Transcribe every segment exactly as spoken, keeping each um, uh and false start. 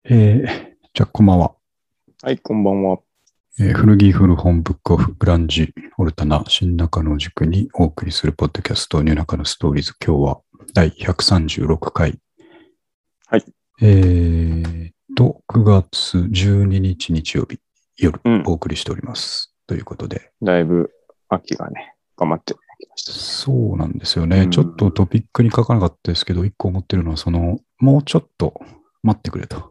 えー、じゃあ、こんばんは。 はい、こんばんは。 えー古着古本ブックオフグランジオルタナ新中野を軸にお送りするポッドキャストニューナカのストーリーズ。今日はだいひゃくさんじゅうろっかい。 はい。 えーと、くがつじゅうににち日曜日夜うん。 お送りしております。ということで。 だいぶ秋がね、頑張ってきました。 そうなんですよね。 うんちょっとトピックに書かなかったですけど、一個思ってるのは、その、もうちょっと待ってくれと。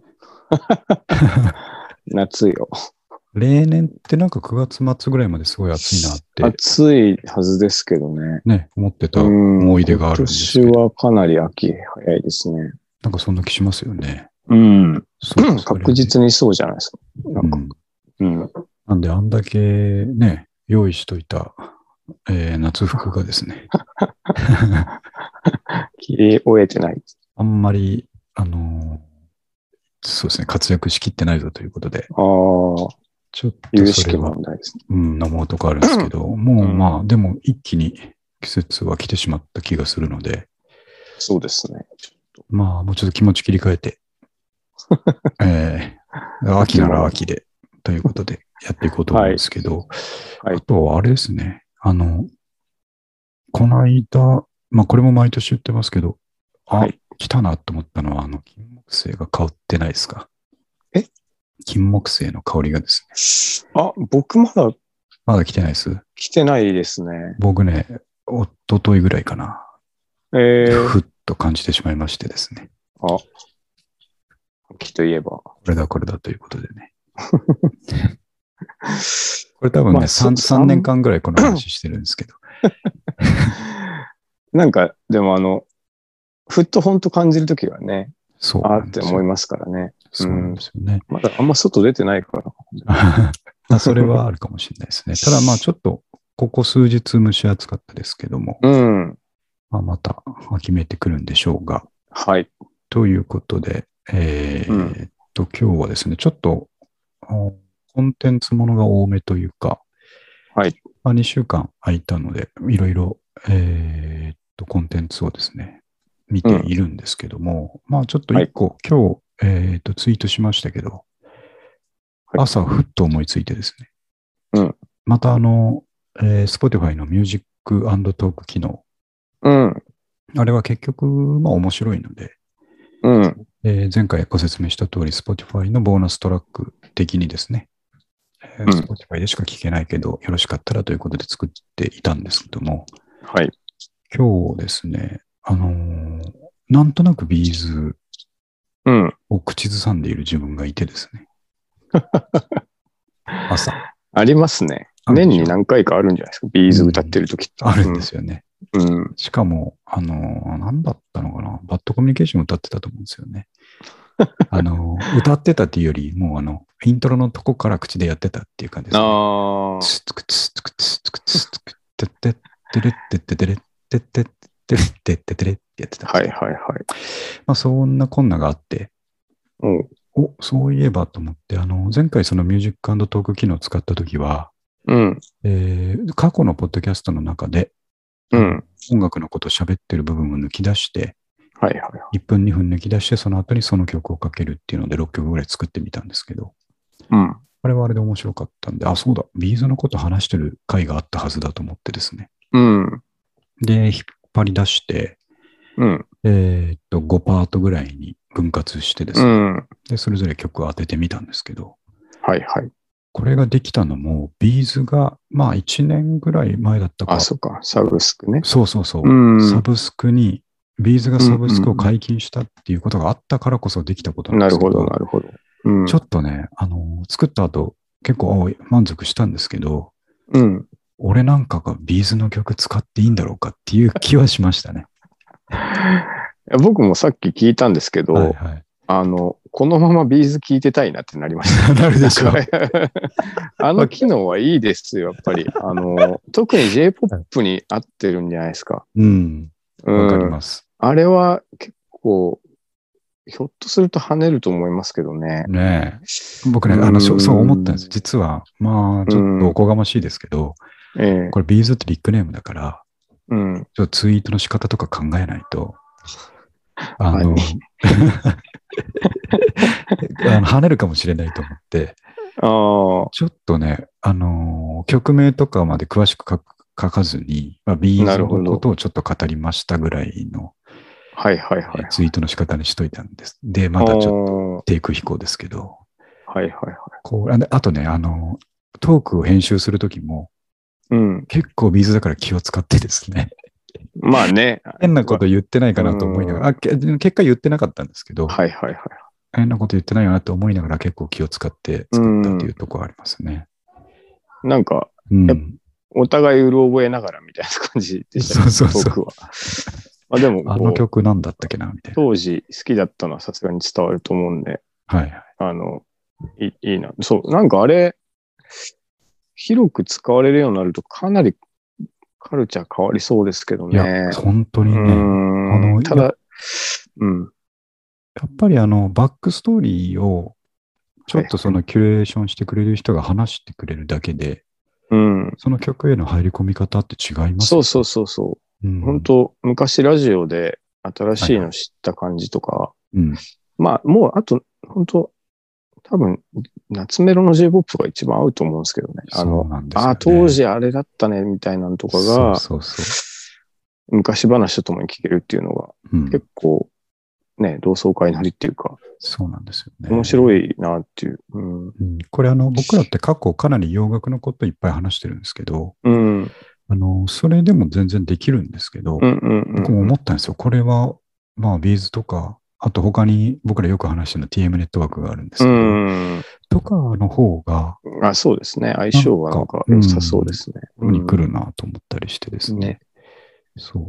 夏よ。 例年ってなんかくがつ末ぐらいまですごい暑いなって暑いはずですけどね。 ね、思ってたうん。 思い出があるんですけど。 今年はかなり秋早いですね。 なんかそんな気しますよね。 うん。 そう確実にそうじゃないですか。なんか、 うん。 うん。 なんで、あんだけね、用意しといた、えー夏服がですね、 切り終えてない。 あんまり、あのーそうですね、活躍しきってないぞということで、 ああ、 ちょっ有識とそれは、 問題ですね。 うん、思うとこあるんですけど、もううんまあ、でも一気に季節は来てしまった気がするので、 そうですね。 まあ、もうちょっと気持ち切り替えて、えー、秋なら秋で、ということでやっていこうと思うんですけど、 はいあとはあれですね、あの、この間、まあこれも毎年言ってますけど、あ、 はい来たなと思ったのは、あの、金木犀が香ってないですか？ え金木犀の香りがですね。 あ、僕まだまだ来てないです。 来てないですね。 僕ね、おとといぐらいかな。 えー、 ふっと感じてしまいましてですね。 あ、秋といえば。 これだこれだということでね。これ多分ね、 まあそ 3, さんねんかんぐらいこの話してるんですけど。 なんか、でもあの、ふっと本当感じるときはね、 そうあーなんですよ。 って思いますからね。 そうなんですよね。 まだあんま外出てないから。 あそれはあるかもしれないですね。ただまあちょっと、ここ数日蒸し暑かったですけども、 うん。 まあ、また秋めいてくるんでしょうが。 はい。 ということで、えーっと、今日はですね、ちょっと、コンテンツものが多めというか、 はい。 まあ、にしゅうかん空いたので、いろいろ、えーっと、コンテンツをですね、見ているんですけども、うん、まあちょっと一個、はい、今日、えーっと、ツイートしましたけど、はい、朝ふっと思いついてですね、 うん、 またあの、えー、Spotify のミュージック&トーク機能、 うん、 あれは結局、まあ面白いので、 うんえー、前回ご説明した通り、Spotify のボーナストラック的にですね、えーうん、Spotify でしか聞けないけど、よろしかったらということで作っていたんですけども、 はい。 今日ですね、あのー、なんとなくビーズを口ずさんでいる自分がいてですね。うん、朝。 ありますね。年に何回かあるんじゃないですか、ビーズ歌ってる時って、 うん。あるんですよね。 うん、 しかも、あのー、何だったのかな、バッドコミュニケーション歌ってたと思うんですよね。あのー、歌ってたっていうより、もうあの、イントロのとこから口でやってたっていう感じですね。 ああ。 つつくつつくつつくつつくてってってれってっててれってってってれってっててれってやってた。 はいはいはい。 まあそんなこんながあって、 うん、 お、そういえばと思って、あの、前回そのミュージック&トーク機能を使ったときは、 うんえー、過去のポッドキャストの中で、 うん、 音楽のことを喋ってる部分を抜き出して、 はいはいはい、 いっぷんにふん抜き出して、その後にその曲をかけるっていうのでろっきょくぐらい作ってみたんですけど、 うん、 あれはあれで面白かったんで、あ、そうだ、ビーズのこと話してる回があったはずだと思ってですね。 うん、 で、引っ張り出して、 うん、 えー、っと、ごパートぐらいに分割してですね、うん、で、それぞれ曲を当ててみたんですけど、 はいはい。 これができたのも、ビーズが、まあいちねんぐらい前だったか。 あ、そうか、サブスクね。 そうそうそう。 うん、 サブスクに、ビーズがサブスクを解禁したっていうことがあったからこそできたことなんですけど。 なるほど、なるほど。 うん、ちょっとね、あの、作った後、結構満足したんですけど、 うん、 俺なんかがビーズの曲使っていいんだろうかっていう気はしましたね。 僕もさっき聞いたんですけど、はいはい、あの、このままビーズ聞いてたいなってなりました。 なるでしょう。 あの機能はいいですよ、やっぱり。あの、特に J-ポップ に合ってるんじゃないですか。 うん。わかります、 うん。あれは結構、ひょっとすると跳ねると思いますけどね。 ねえ。僕ね、あの、そう思ったんです。実は、まあ、ちょっとおこがましいですけど、ええ、これビーズってビッグネームだから、うん、ちょっとツイートの仕方とか考えないと、あの、 あの跳ねるかもしれないと思って、 あちょっとね、あのー、曲名とかまで詳しく書く書かずに、まあ、ビーズのことをちょっと語りましたぐらいの、 はいはいはい、はい、 ツイートの仕方にしといたんです。で、まだちょっと低空飛行ですけど。 はいはいはい。 こうあとね、あの、トークを編集するときも、 うん、 結構ビーズだから気を使ってですね。 まあね。 変なこと言ってないかなと思いながら、あ結果言ってなかったんですけど、 はいはいはい。 変なこと言ってないよなと思いながら結構気を使って作ったというところありますね。 なんか、うん、お互いうる覚えながらみたいな感じでしたね、 そうそうそう。 トークは。まあでもあの曲なんだったっけなみたいな。 当時好きだったのはさすがに伝わると思うんで、 はいはい。 あの、いいいな。そう、なんかあれ、広く使われるようになるとかなりカルチャー変わりそうですけどね。いや、本当にね。あのただ、うん。 やっぱりあの、バックストーリーをちょっとそのキュレーションしてくれる人が話してくれるだけで、 うん、 その曲への入り込み方って違いますね。 そうそうそうそう。うん、本当昔ラジオで新しいの知った感じとか、はいはいうん、まあもうあと本当多分夏メロの J-ポップ が一番合うと思うんですけどね。あの、ね、あ当時あれだったねみたいなのとかが、そうそうそう昔話とともに聴けるっていうのが、うん、結構ね、同窓会なりっていうか、 そうなんですよね。 面白いなっていう。うんうん、これあの、僕らって過去かなり洋楽のこといっぱい話してるんですけど、うん、あの、それでも全然できるんですけど、うんうんうんうん、僕も思ったんですよ。これは、まあ、ビーズとか、あと他に僕らよく話してるの ティーエム ネットワークがあるんですけど、うん、とかの方が、 あ、そうですね。相性はなんか良さそうですね。 うん、に来るなと思ったりしてですね。ねそう。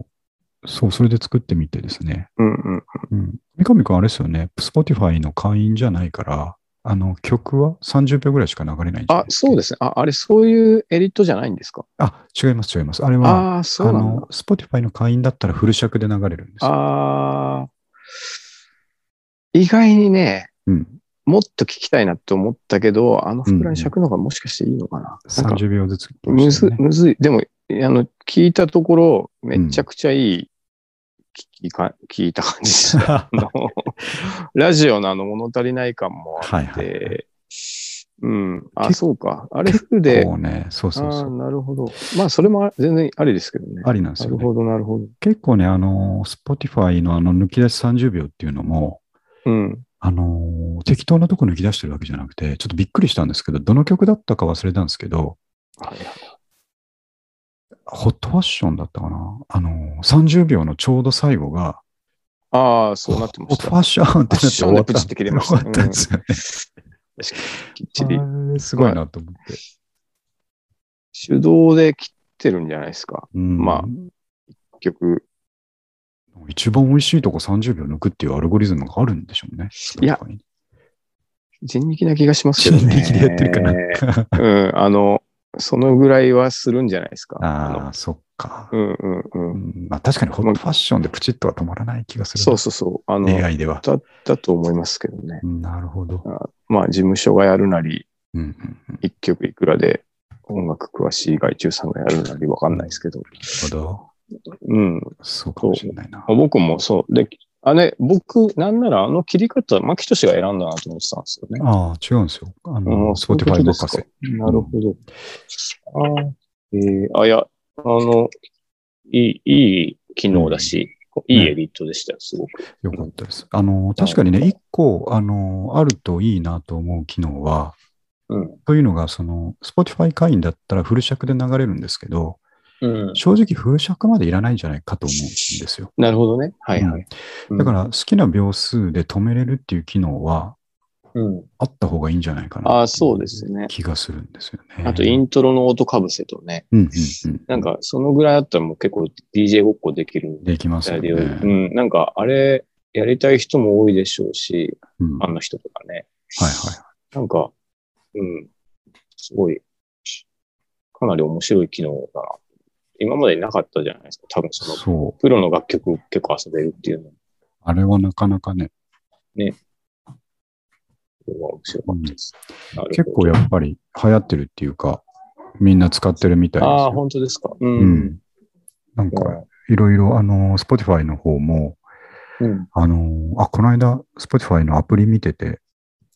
そう、それで作ってみてですね。うんうんうん。三上くんあれですよね。Spotify の会員じゃないから、あの、曲はさんじゅうびょうぐらいしか流れないんじゃないあ、そうですね。あ、あれ、そういうエリットじゃないんですか？ あ、違います、違います。あれは、あ, そうなんだあの、Spotify の会員だったらフル尺で流れるんですよ。ああ。 意外にね、うん、もっと聞きたいなって思ったけど、あのくらい尺の方がもしかしていいのかな。うん、 さんじゅうびょうずつ、ね、 むず、むずい。でも、あの、聞いたところ、めちゃくちゃいい、聞, か聞いた感じでした。ラジオのあの物足りない感もあって、はいはいはい、うん。あ、そうか。あれフルで。 そうね。そうそうそう。 あなるほど。まあ、それも全然ありですけどね。 ありなんですよ、ね。 なるほど、なるほど。 結構ね、あの、Spotify のあの抜き出しさんじゅうびょうっていうのも、うん。あの、適当なとこ抜き出してるわけじゃなくて、ちょっとびっくりしたんですけど、どの曲だったか忘れたんですけど、はいはい、ホットファッションだったかな。あの、さんじゅうびょうのちょうど最後が、 ああ、そうなってました。 ホットファッションってなって終わった。 プチって切れました。 終わったんですよね。 確かに、きっちり。 あれすごいなと思って。まあ、 手動で切ってるんじゃないですか。うん、まあ、結局。 一番美味しいとこさんじゅうびょう抜くっていうアルゴリズムがあるんでしょうね。 いや、人力な気がしますけどね。 人力でやってるかな。うん、あの、そのぐらいはするんじゃないですか。 ああ、そっか。 うんうんうん。うん、 まあ確かにホットファッションでプチッとは止まらない気がする。 そうそうそう。あの、 エーアイ では。 だ、だと思いますけどね。 なるほど。 あまあ、事務所がやるなり、うんうんうん、一曲いくらで音楽詳しい外注さんがやるなりわかんないですけど。なるほど。 うん。 そうかもしれないな。 僕もそう。で、あれ、僕、なんならあの切り方、牧俊が選んだなと思ってたんですよね。 ああ、違うんですよ。あの、Spotify 任せ。 なるほど。うん、あ、えー、あ、いや、あの、いい、いい機能だし、うん、いいエディットでしたよ、すごく。 よかったです。あの、確かにね、一個、あの、あるといいなと思う機能は、うん、というのが、その、Spotify 会員だったらフル尺で流れるんですけど、うん、正直フル尺までいらないんじゃないかと思うんですよ。 なるほどね。はいはい。 うん、だから好きな秒数で止めれるっていう機能は、うん、あった方がいいんじゃないかな。 あ、そうですね。 気がするんですよね。 あとイントロの音かぶせとね。うんうんうん、なんかそのぐらいあったらもう結構 ディージェー ごっこできる。 できますよね。 うん。なんかあれやりたい人も多いでしょうし、うん、ファンの人とかね。 はいはい。 なんか、うん。すごい、かなり面白い機能だな。今までなかったじゃないですか。多分その、そうプロの楽曲結構遊べるっていうの。 あれはなかなかね。 ね。これは面白かったです。 うん、結構やっぱり流行ってるっていうか、みんな使ってるみたいですよ。 ああ、本当ですか。うん。うん、 なんか、いろいろ、あの、Spotify の方も、うん、あの、あ、この間、Spotify のアプリ見てて、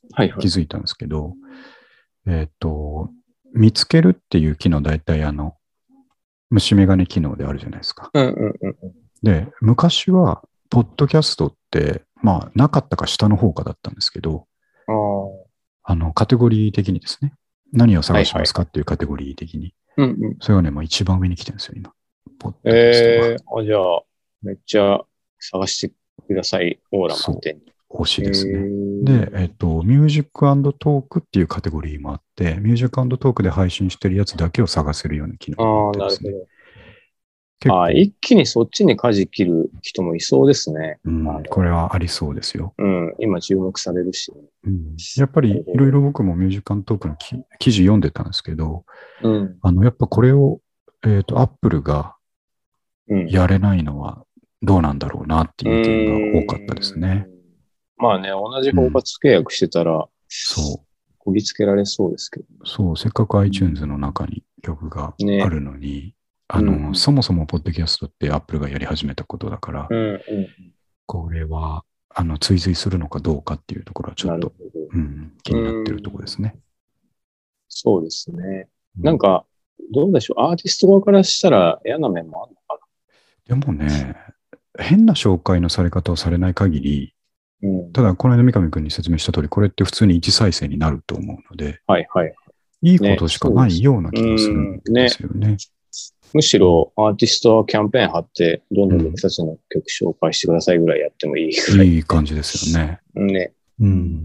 気づいたんですけど、はいはい、えっと、見つけるっていう機能、大体あの、虫眼鏡機能であるじゃないですか。 うんうんうん、 で、昔は、ポッドキャストって、まあ、なかったか下の方かだったんですけど、 ああの、カテゴリー的にですね、何を探しますかっていうカテゴリー的に。 はいはいうんうん、 それがね、もう一番上に来てるんですよ、今。 ポッドキャストが。えー、あ、じゃあ、めっちゃ探してください、オーラ満点に。 推しですね。で、えっと、ミュージック&トークっていうカテゴリーもあって、ミュージック&トークで配信してるやつだけを探せるような機能があってですね。 結構あ、一気にそっちに舵切る人もいそうですね。 うん、これはありそうですよ。 うん、今注目されるし。 うん、やっぱりいろいろ僕もミュージック&トークの記事読んでたんですけど、うん、あのやっぱこれを、えっと、アップルがやれないのはどうなんだろうなっていう意見が多かったですね。 うん、まあね、同じ包括契約してたら、うん、 そう。 こぎつけられそうですけど、ね。 そう、せっかく iTunes の中に曲があるのに、ね、あの、うん、そもそもポッドキャストってアップルがやり始めたことだから、 うんうん、 これは、あの、追随するのかどうかっていうところはちょっと、うん、気になってるところですね。 そうですね。なんか、どうでしょう、アーティスト側からしたら嫌な面もあるのかな。でもね、変な紹介のされ方をされない限り、うん、ただ、この間三上君に説明した通り、これって普通に一再生になると思うので、 はいはい。 いいことしかないような気がするんですよね。ねねむしろアーティストはキャンペーン貼って、どんどん僕たちの曲紹介してくださいぐらいやってもいいぐらい、 ね、いい感じですよね。 ね。 うん。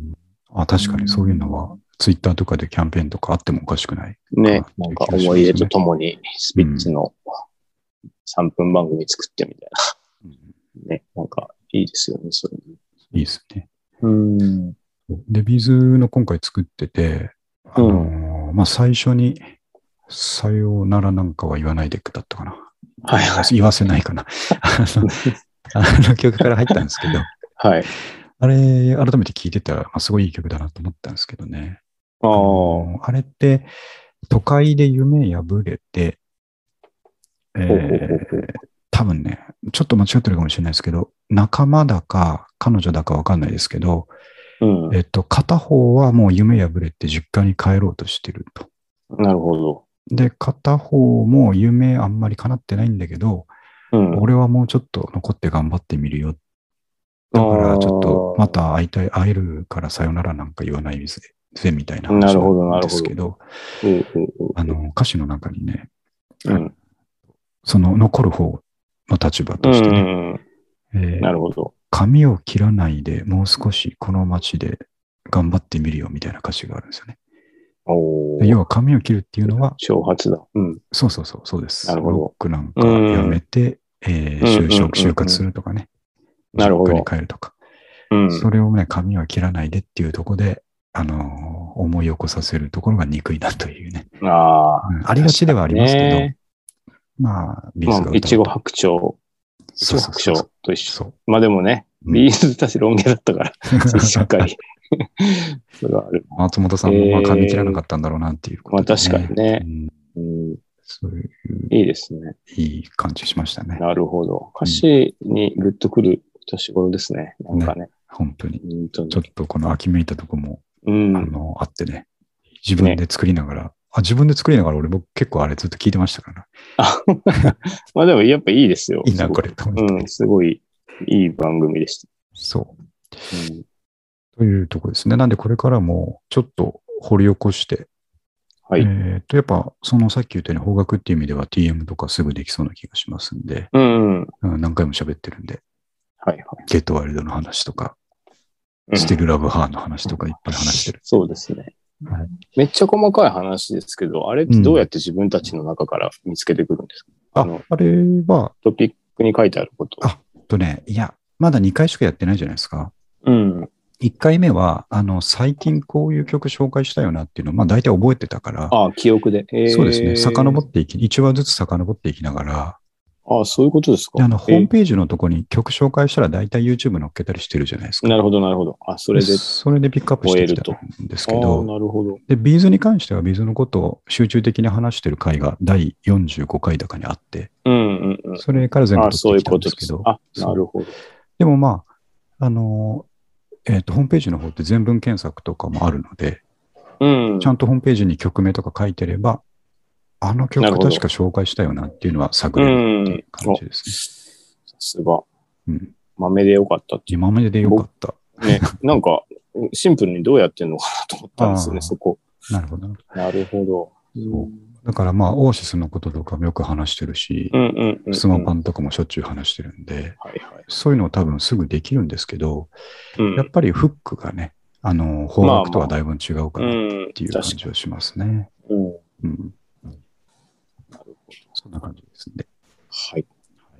あ、確かにそういうのは、ツイッターとかでキャンペーンとかあってもおかしくないね。ね。なんか思い入れとともに、スピッツのさんぷん番組作ってみたいな。うん、ね。なんかいいですよね、それ。 いいですね。 うん。 で、ビーズの今回作ってて、あのー、うん、まあ、最初に、さようならなんかは言わないでだったかな。 はい、はい。 言わせないかな。あの、あの曲から入ったんですけど、 はい。 あれ、改めて聴いてたら、まあ、すごいいい曲だなと思ったんですけどね。 あ, あのあれって、都会で夢破れて、えー、多分ね、ちょっと間違ってるかもしれないですけど、仲間だか彼女だかわかんないですけど、うん、えっと、片方はもう夢破れて実家に帰ろうとしてると。 なるほど。 で、片方も夢あんまり叶ってないんだけど、うん、俺はもうちょっと残って頑張ってみるよ。だからちょっとまた会いたい、会えるからさよならなんか言わないぜみたいな話なんですけど、あの歌詞の中にね、うん、その残る方の立場としてね、うんえー、なるほど。 髪を切らないでもう少しこの街で頑張ってみるよみたいな歌詞があるんですよね。要は髪を切るっていうのは、 挑発だ。うん。 そうそうそう、そうです。 なるほど。 ロックなんかやめて、えー、就職、就活するとかね。 なるほど。 実家に帰るとか。うん、それをね、髪は切らないでっていうところで、あのー、思い起こさせるところが憎いなというね。 あ、 うん、ありがちではありますけど、ね、まあ、ビーズが歌うと。 まあ、いちご白鳥。いちご白鳥と一緒。まあでもね、うん、ビーズたちロン毛だったから、しっかり。それはある。 松本さんもまあ髪切らなかったんだろうなっていうことで、ね、まあ確かにね、うんうん。そういう。いいですね。 いい感じしましたね。 なるほど。歌詞にグッとくる年頃ですね。なんかね。ね本当に。ちょっとこの秋めいたとこも、うん、あの、あってね。自分で作りながら、ね、あ、自分で作りながら俺僕結構あれずっと聞いてましたからな。まあでもやっぱいいですよ。 いいな、これと思って。 うん、すごいいい番組でした。 そう。うんというところですね。なんでこれからもちょっと掘り起こして、はい、えっと、やっぱそのさっき言ったように邦楽っていう意味では ティーエム とかすぐできそうな気がしますんで、うんうん、何回も喋ってるんで、 はいはい、 ゲットワイルドの話とか、うん、スティルラブハーの話とかいっぱい話してる。 そうですね、はい。めっちゃ細かい話ですけど、あれってどうやって自分たちの中から見つけてくるんですか、 うん、あのあれは、 トピックに書いてあること。 あとね、いや、まだにかいしかやってないじゃないですか。 うん。 いっかいめは、あの、最近こういう曲紹介したよなっていうのを、まあ大体覚えてたから。 ああ、記憶で。 えー、そうですね。遡っていき、いちわずつ遡っていきながら。 ああ、そういうことですか。 あの、ホームページのとこに曲紹介したら大体 YouTube 載っけたりしてるじゃないですか。 なるほど、なるほど。あ、それで。 それでピックアップしてきたんですけど。 あなるほど。 で、ビーズに関してはビーズのことを集中的に話してる回がだいよんじゅうごかいだかにあって。 うんうんうん。 それから全部取ってきたんですけど。 あ、そういうことです。あ、なるほど。 でもまあ、あの、 えっと、ホームページの方って全文検索とかもあるので、 うん、 ちゃんとホームページに曲名とか書いてれば、あの曲確か紹介したよなっていうのは探れるっていう感じですね。さすが。 うん。 豆でよかったっていう。 豆でよかった。 ね、なんか、シンプルにどうやってんのかなと思ったんですよね、そこ。 なるほど。 なるほど。 そうだからまあ、オーシスのこととかもよく話してるし、 うんうんうんうん、 スマパンとかもしょっちゅう話してるんで、 はいはい、 そういうのを多分すぐできるんですけど、うん、やっぱりフックがね、あの、邦楽とはだいぶ違うかなっていう感じはしますね。 うん。うん。 なるほど。そんな感じですね。 はい。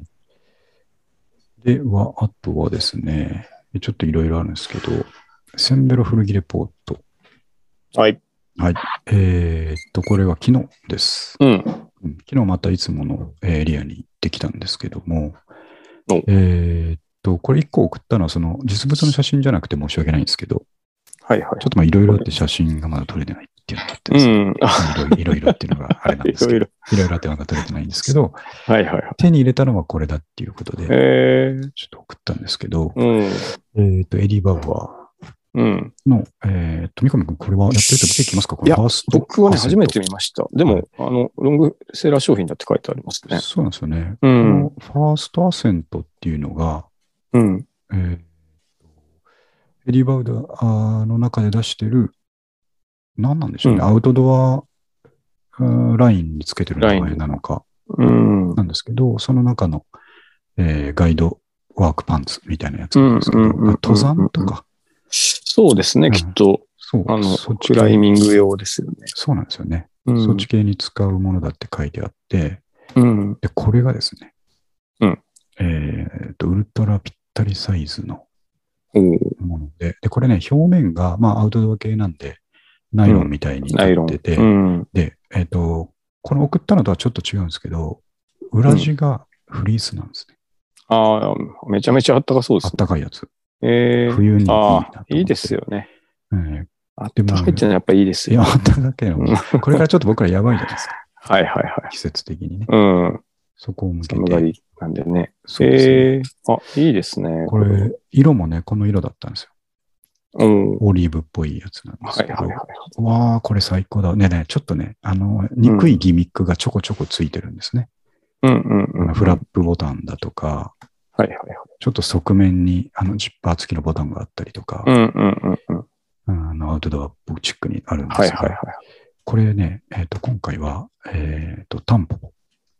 では、あとはですね、ちょっといろいろあるんですけど、センベロ古着レポート。 はい。 はい。えー、っと、これは昨日です。 うん。 昨日またいつものエリアに行ってきたんですけども、えー、っと、これいっこ送ったのは、その実物の写真じゃなくて申し訳ないんですけど、 はいはい。 ちょっとまあいろいろあって写真がまだ撮れてないっていうのがあってですね。うん、いろいろっていうのがあれなんですけど、いろいろあってなんか撮れてないんですけど、 はいはいはい、 手に入れたのはこれだっていうことで、 えー、 ちょっと送ったんですけど、 うん、 えー、っと、エディ・バウアー。うん、の、えー、と、三上君、これはやってると見ていきますか？これいや、僕はね、初めて見ました。でも、はい、あの、ロングセラー商品だって書いてありますね。 そうなんですよね。うん、このファーストアセントっていうのが、うん、えー、エディ・バウダーの中で出してる、何なんでしょうね、うん、アウトドアラインにつけてる名前なのか、なんですけど、その中の、えー、ガイドワークパンツみたいなやつなんですけど、登山とか。 そうですね、うん、きっと。そう。あの、クライミング用ですよね。 そうなんですよね。うん、そっち系に使うものだって書いてあって、うん、で、これがですね、うん、えっと、ウルトラぴったりサイズのもので、で、これね、表面が、まあ、アウトドア系なんで、ナイロンみたいになってて、うん、で、えっと、この送ったのとはちょっと違うんですけど、裏地がフリースなんですね。 うん、ああ、めちゃめちゃあったかそうですね。 あったかいやつ。 えー、 冬にいいなと思って。 あいいですよね。 えー、 あったかいっていうのはやっぱいいですよ、 ね。いや、あったかいの。これからちょっと僕らやばいじゃないですか。 はいはいはい。 季節的にね。 うん。 そこを向けて。 寒がりなんでね。そうですね。えー、あ、いいですね。 これ、色もね、この色だったんですよ。うん、オリーブっぽいやつなんですけど。はいはいはい。わー、これ最高だ。ねね、ちょっとね、あの、憎いギミックがちょこちょこついてるんですね。 うんうんうん、うん。 フラップボタンだとか、はいはいはい。ちょっと側面にあのジッパー付きのボタンがあったりとか、うんうんうんうん、あのアウトドアっぽチックにあるんですが、はいはいはい、これね、えーと、今回は、えーと、タンポポ。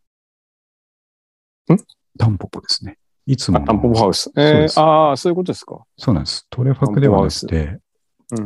んタンポポですね。いつもの。 タンポポハウス。えー、ああ、そういうことですか。 そうなんです。トレファクではなくて、うん、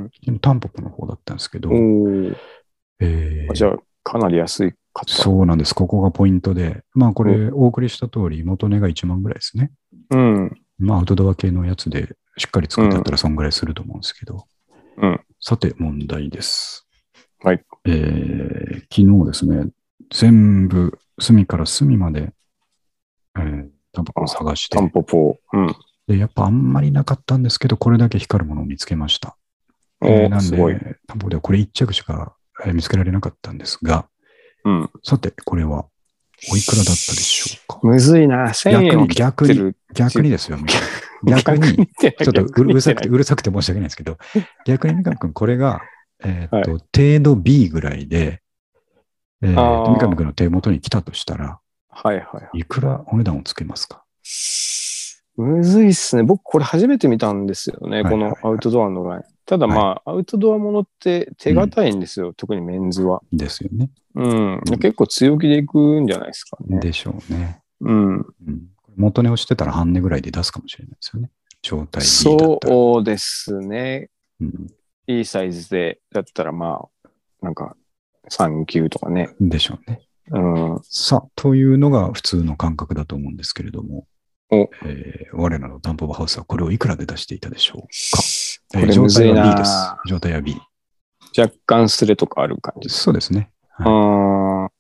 タンポポの方だったんですけど、 えー、じゃあ、かなり安いかった。 そうなんです。ここがポイントで。まあ、これ、お送りした通り、元値がいちまんぐらいですね。うん。まあ、アウトドア系のやつで、しっかり作ってあったら、そんぐらいすると思うんですけど。うん。さて、問題です。 はい。 えー、昨日ですね、全部、隅から隅まで、えー、タンポポを探して。 タンポポ。うん。 で、やっぱあんまりなかったんですけど、これだけ光るものを見つけました。 おー、えー、なんで、 すごい。 タンポポではこれ一着しか見つけられなかったんですが、うん、さて、これはおいくらだったでしょうか。 むずいな。せんえんを切ってる。 逆にですよ。逆に、ちょっとうるさくて、うるさくて申し訳ないですけど、逆に三上君、これが、えー、っと、はい、程度 B ぐらいで、えー、三上君の手元に来たとしたら、 はいはいはい。 いくらお値段をつけますか。 むずいっすね。僕これ初めて見たんですよね。はいはいはい、このアウトドアのライン。ただまあ、はい、アウトドアものって手堅いんですよ。うん、特にメンズは。 ですよね。 うん。うん、結構強気でいくんじゃないですかね。 でしょうね。 うん。うん、 元値をしてたら半値ぐらいで出すかもしれないですよね。状態 B だったら。 そうですね。うん、いいサイズで、だったらまあ、なんかさんきゅうとかね。 でしょうね。 うん、 さあ、というのが普通の感覚だと思うんですけれども、えー、我らのタンポポハウスはこれをいくらで出していたでしょうか。 これむずいな、 えー、状態は B です。状態は B。 若干スレとかある感じです。 そうですね。 はい、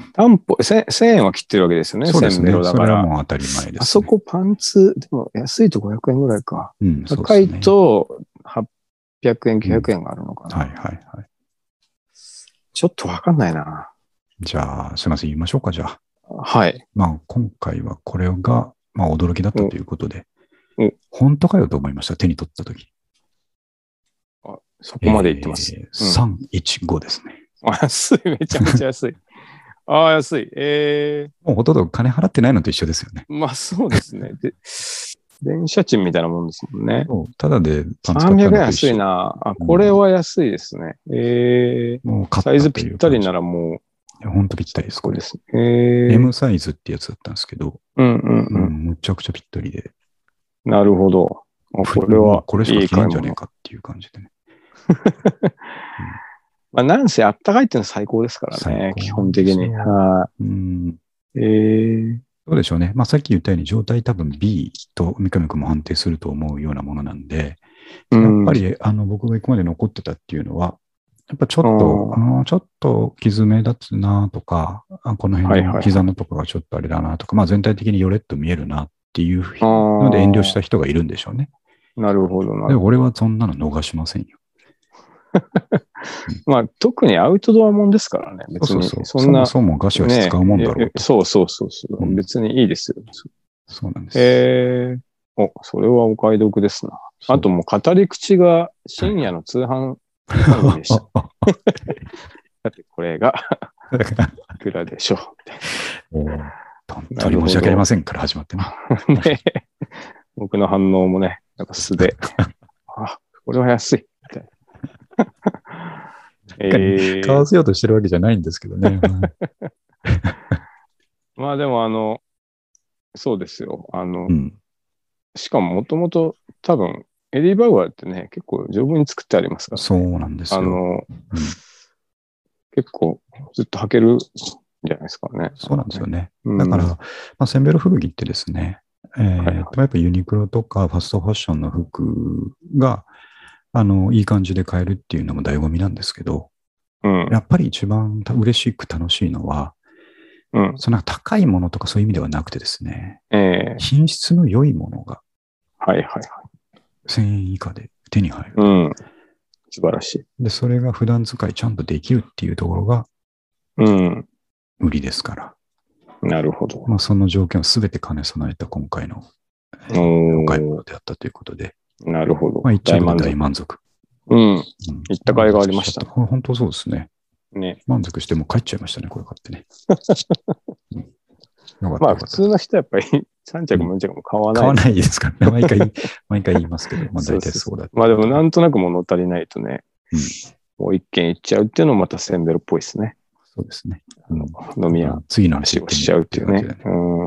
タンポ、せんえんは切ってるわけですよね。 そうですね。 せんベロだから。 それはもう当たり前です、ね。 あそこパンツ、でも安いとごひゃくえんぐらいか。 うん、 高いとはっぴゃくえん、きゅうひゃくえんがあるのかな。 うん、はいはいはい。 ちょっとわかんないな。 じゃあ、すいません、言いましょうか、じゃあ。 はい。 まあ、今回はこれが、まあ、驚きだったということで、本当かよと思いました、手に取ったとき。 そこまでいってます。 えーうん、さんいちごですね。 安い、めちゃめちゃ安い。ああ、安い。えー、もうほとんど金払ってないのと一緒ですよね。 まあそうですね。で電車賃みたいなもんですもんね。 ただでパンツ買ったのと一緒。 さんびゃくえん安いな。あ、これは安いですね。うん、えー、もうサイズぴったりならもう。 いや、ほんとぴったりです。これ。 ですね。えー、 エム サイズってやつだったんですけど、 うんうんうん。 うん、むちゃくちゃぴったりで。 なるほど。これは、 これしか着れんじゃねえかっていう感じでね。 うん、まあ、なんせあったかいっていうのは最高ですからね、基本的に。はい、うん。えー、 どうでしょうね。まあ、さっき言ったように状態多分 B と三上君も判定すると思うようなものなんで、やっぱりあの僕が行くまで残ってたっていうのは、やっぱちょっと、あのちょっと傷目立つなとか、この辺の膝のとこがちょっとあれだなとか、まあ全体的によれっと見えるなっていうので遠慮した人がいるんでしょうね。 なるほどな。 で俺はそんなの逃しませんよ。 まあ特にアウトドアもんですからね。別にそんな。 そうそうそう。そもそもガシガシ使うもんだろうと。 ね、そうそうそうそう、うん。別にいいですよ。 そうなんです。 えー、お、それはお買い得ですな。あともう語り口が深夜の通販番組でした。だってこれがいくらでしょう。 本当に申し訳ありませんから始まってね。 ね僕の反応もね、なんか素で、あ、これは安い。みたいなえー、買わせようとしてるわけじゃないんですけどね。 まあでもあの、そうですよ。あの、うん、しかももともと多分、エディ・バウアーってね、結構丈夫に作ってありますから、ね。 そうなんですよ。 あの、うん、結構ずっと履けるんじゃないですかね。 そうなんですよね。うん、だから、まあ、センベロ古着ってですね、えーはいはい、やっぱユニクロとかファストファッションの服が、あの、いい感じで買えるっていうのも醍醐味なんですけど、うん、やっぱり一番嬉しく楽しいのは、うん、その高いものとかそういう意味ではなくてですね、えー、品質の良いものが、 はいはいはい。 せんえん以下で手に入る。 うん。素晴らしい。 で、それが普段使いちゃんとできるっていうところが、 うん。 売りですから。 なるほど。 まあ、その条件をすべて兼ね備えた今回の、えー、お買い物であったということで。 なるほど。 まあ、一着で大満足。 うん。うん、行った甲斐がありました。 本当そうですね。 ね。 満足しても帰っちゃいましたね、これ買ってね。 うん、まあ、普通の人はやっぱりさん着もよん着も買わない。 買わないですからね。毎回、毎回言いますけど、まあ大体そうだ。 まあでもなんとなく物足りないとね、うん、もう一軒行っちゃうっていうのもまたセンベロっぽいですね。 そうですね。 うん、飲み屋、 次の話をしちゃうっていうね。うん、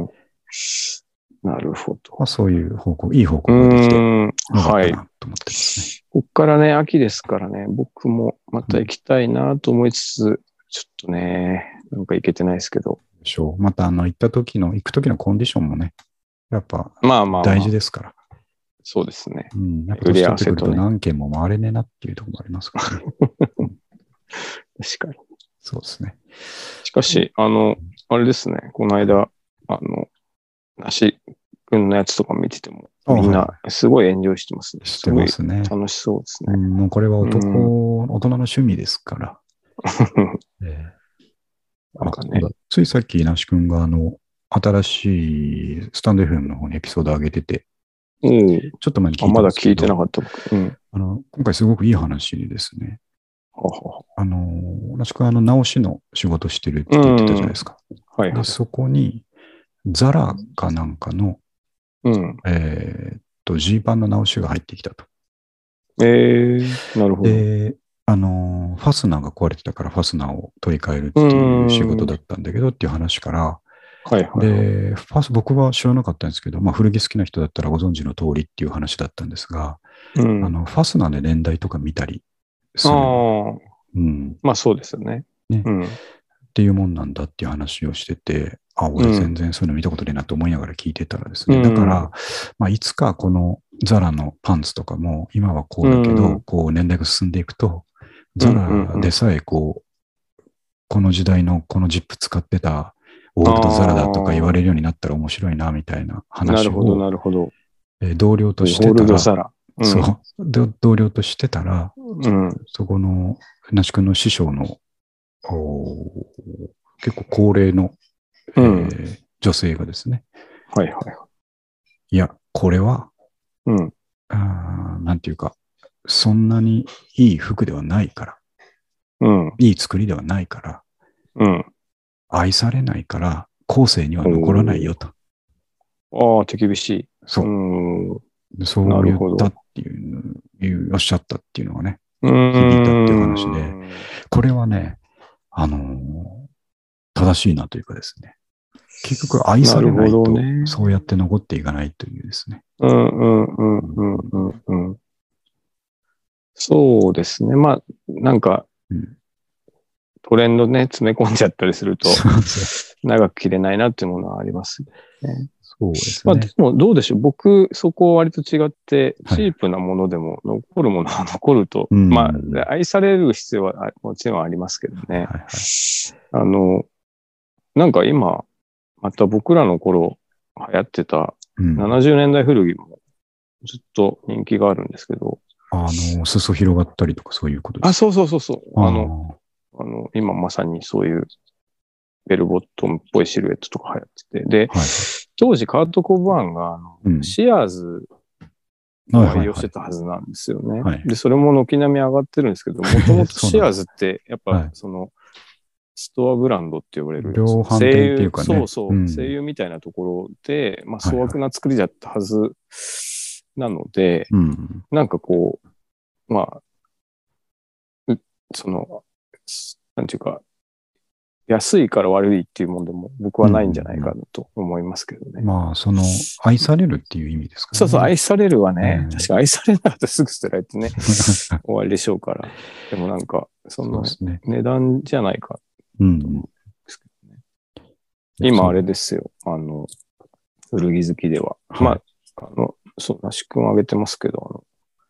なるほど。 まあ、そういう方向、いい方向ができて、よかったなと思ってますね。はい、 こっからね、秋ですからね、僕もまた行きたいなと思いつつ、うん、ちょっとね、なんか行けてないですけど。 でしょう。また、あの、行った時の、行く時のコンディションもね、やっぱ、まあまあ大事ですから。 そうですね。 うん。やっぱ年取ってくると何軒も回れねえなっていうところもありますからね。うん、 確かに。 そうですね。 しかし、あの、あれですね、この間、あの、梨くんのやつとか見てても、みんなすごいエンジョイしてますね。 してますね。 楽しそうですね。 うん、もうこれは男、うん、大人の趣味ですから。えー、なんかね、ついさっき、那須くんが、あの、新しいスタンド エフエム の方にエピソード上げてて、 うん、 ちょっと前に聞いたんですけど、 まだ聞いてなかった僕、うん、 あの今回すごくいい話でですね、ははあの、那須くんあの直しの仕事してるって言ってたじゃないですか。 はいはい、 でそこに、ザラかなんかの、うん、えー、っと、ジーパンの直しが入ってきたと。 えー、なるほど。 で、あの、ファスナーが壊れてたからファスナーを取り替えるっていう仕事だったんだけどっていう話から、 はいはい、 で、ファス、僕は知らなかったんですけど、まあ、古着好きな人だったらご存知の通りっていう話だったんですが、うん、あの、ファスナーで年代とか見たりする。 あうん、まあそうですよね。 ね、 うん。 っていうもんなんだっていう話をしてて、あ、俺全然そういうの見たことねえなと思いながら聞いてたらですね、うん、だから、まあ、いつかこのザラのパンツとかも、今はこうだけど、うん、こう年代が進んでいくと、ザラでさえこう、この時代のこのジップ使ってたオールドザラだとか言われるようになったら面白いなみたいな話を、なるほど、なるほど。えー、同僚としてたら、ザラ、うん、そう、同僚としてたら、うん、そこの、那須君の師匠の、結構高齢の、うん、えー、女性がですね、 はいはい。 いや、これは、 うん、 あなんていうか、 そんなにいい服ではないから、 うん。 いい作りではないから、 うん。 愛されないから後世には残らないよと。 ああ、手厳しい。 そう。 うん。 そう言ったっていう、おっしゃったっていうのがね、 うーん響いたっていう話で、これはね、あのー正しいなというかですね。結局愛されないと、ね、そうやって残っていかないというですね。 うんうんうんうんうんうん。そうですね。まあ、なんか、うん、トレンドね、詰め込んじゃったりすると、長く着れないなっていうものはありますね。 そうですね。 まあ、でもどうでしょう。僕、そこは割と違って、チープなものでも残るものは残ると、はい、まあ、愛される必要はもちろんありますけどね。はいはい、あの、なんか今、また僕らの頃流行ってたななじゅうねんだい古着もずっと人気があるんですけど。 あの、裾広がったりとかそういうことですか？ あ、そうそうそうそう。あの、あの、今まさにそういうベルボットムっぽいシルエットとか流行ってて。で、はい、当時カート・コバーンがあの、うん、シアーズを愛用してたはずなんですよね。はいはいはい、で、それも軒並み上がってるんですけど、もともとシアーズってやっぱその、ストアブランドって呼ばれる。 量販店っていうかね。 そうそう、うん、声優みたいなところで、まあ、粗悪な作りだったはずなので、はいはいうん、なんかこう、まあ、その、なんていうか、安いから悪いっていうもんでも僕はないんじゃないかなと思いますけどね。 うん、まあ、その、愛されるっていう意味ですかね。 そうそう、愛されるはね、うん、確か愛されなかったらすぐ捨てられてね、終わりでしょうから。でもなんか、その値段じゃないか。うんですけどね、今あれですよ。あの、古着好きでは。はい、まあ、あの、そう、那須くん挙げてますけど、あの、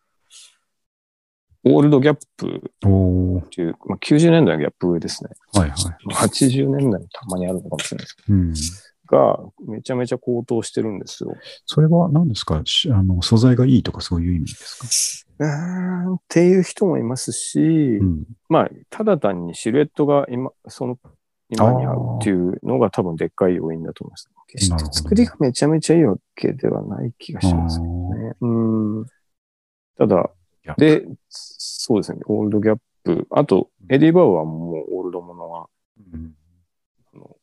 オールドギャップっていう、まあ、きゅうじゅうねんだいのギャップですね。はいはい。はちじゅうねんだいにたまにあるのかもしれないですけど。うん、が、めちゃめちゃ高騰してるんですよ。 それは何ですか？あの、素材がいいとかそういう意味ですか？ うーんっていう人もいますし、うん、まあ、ただ単にシルエットが今、その、今に合うっていうのが多分でっかい要因だと思います。決して作りがめちゃめちゃいいわけではない気がしますけどね。うん、ただ、で、そうですね、オールドギャップ。あと、エディ・バウはもうオールドものは、うん、あの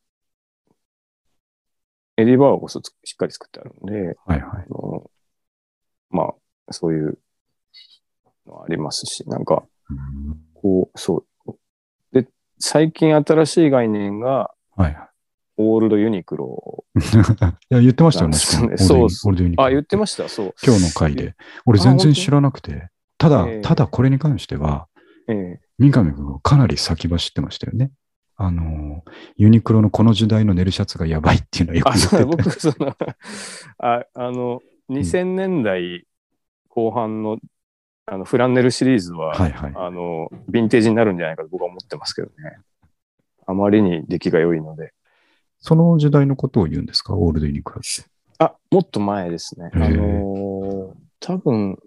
エディ・バウこそしっかり作ってあるんで、はいはい、あのまあ、そういうのありますし、なんか、こう、そう。で、最近新しい概念が、はいはい、オールドユニクロ。 いや、言ってましたよね。 そうそう。あ、言ってました。そう。 今日の回で。俺全然知らなくて。ただ、えー、ただこれに関しては、えー、三上君がかなり先走ってましたよね。あの、ユニクロのこの時代のネルシャツがやばいっていうのはよく言ってて。 あ、僕、その、あ、あの、にせんねんだいこう半の、あのフランネルシリーズは、はいはい、あの、ヴィンテージになるんじゃないかと僕は思ってますけどね。あまりに出来が良いので。 その時代のことを言うんですか？オールドユニクロって。 あ、もっと前ですね。あのー、多分、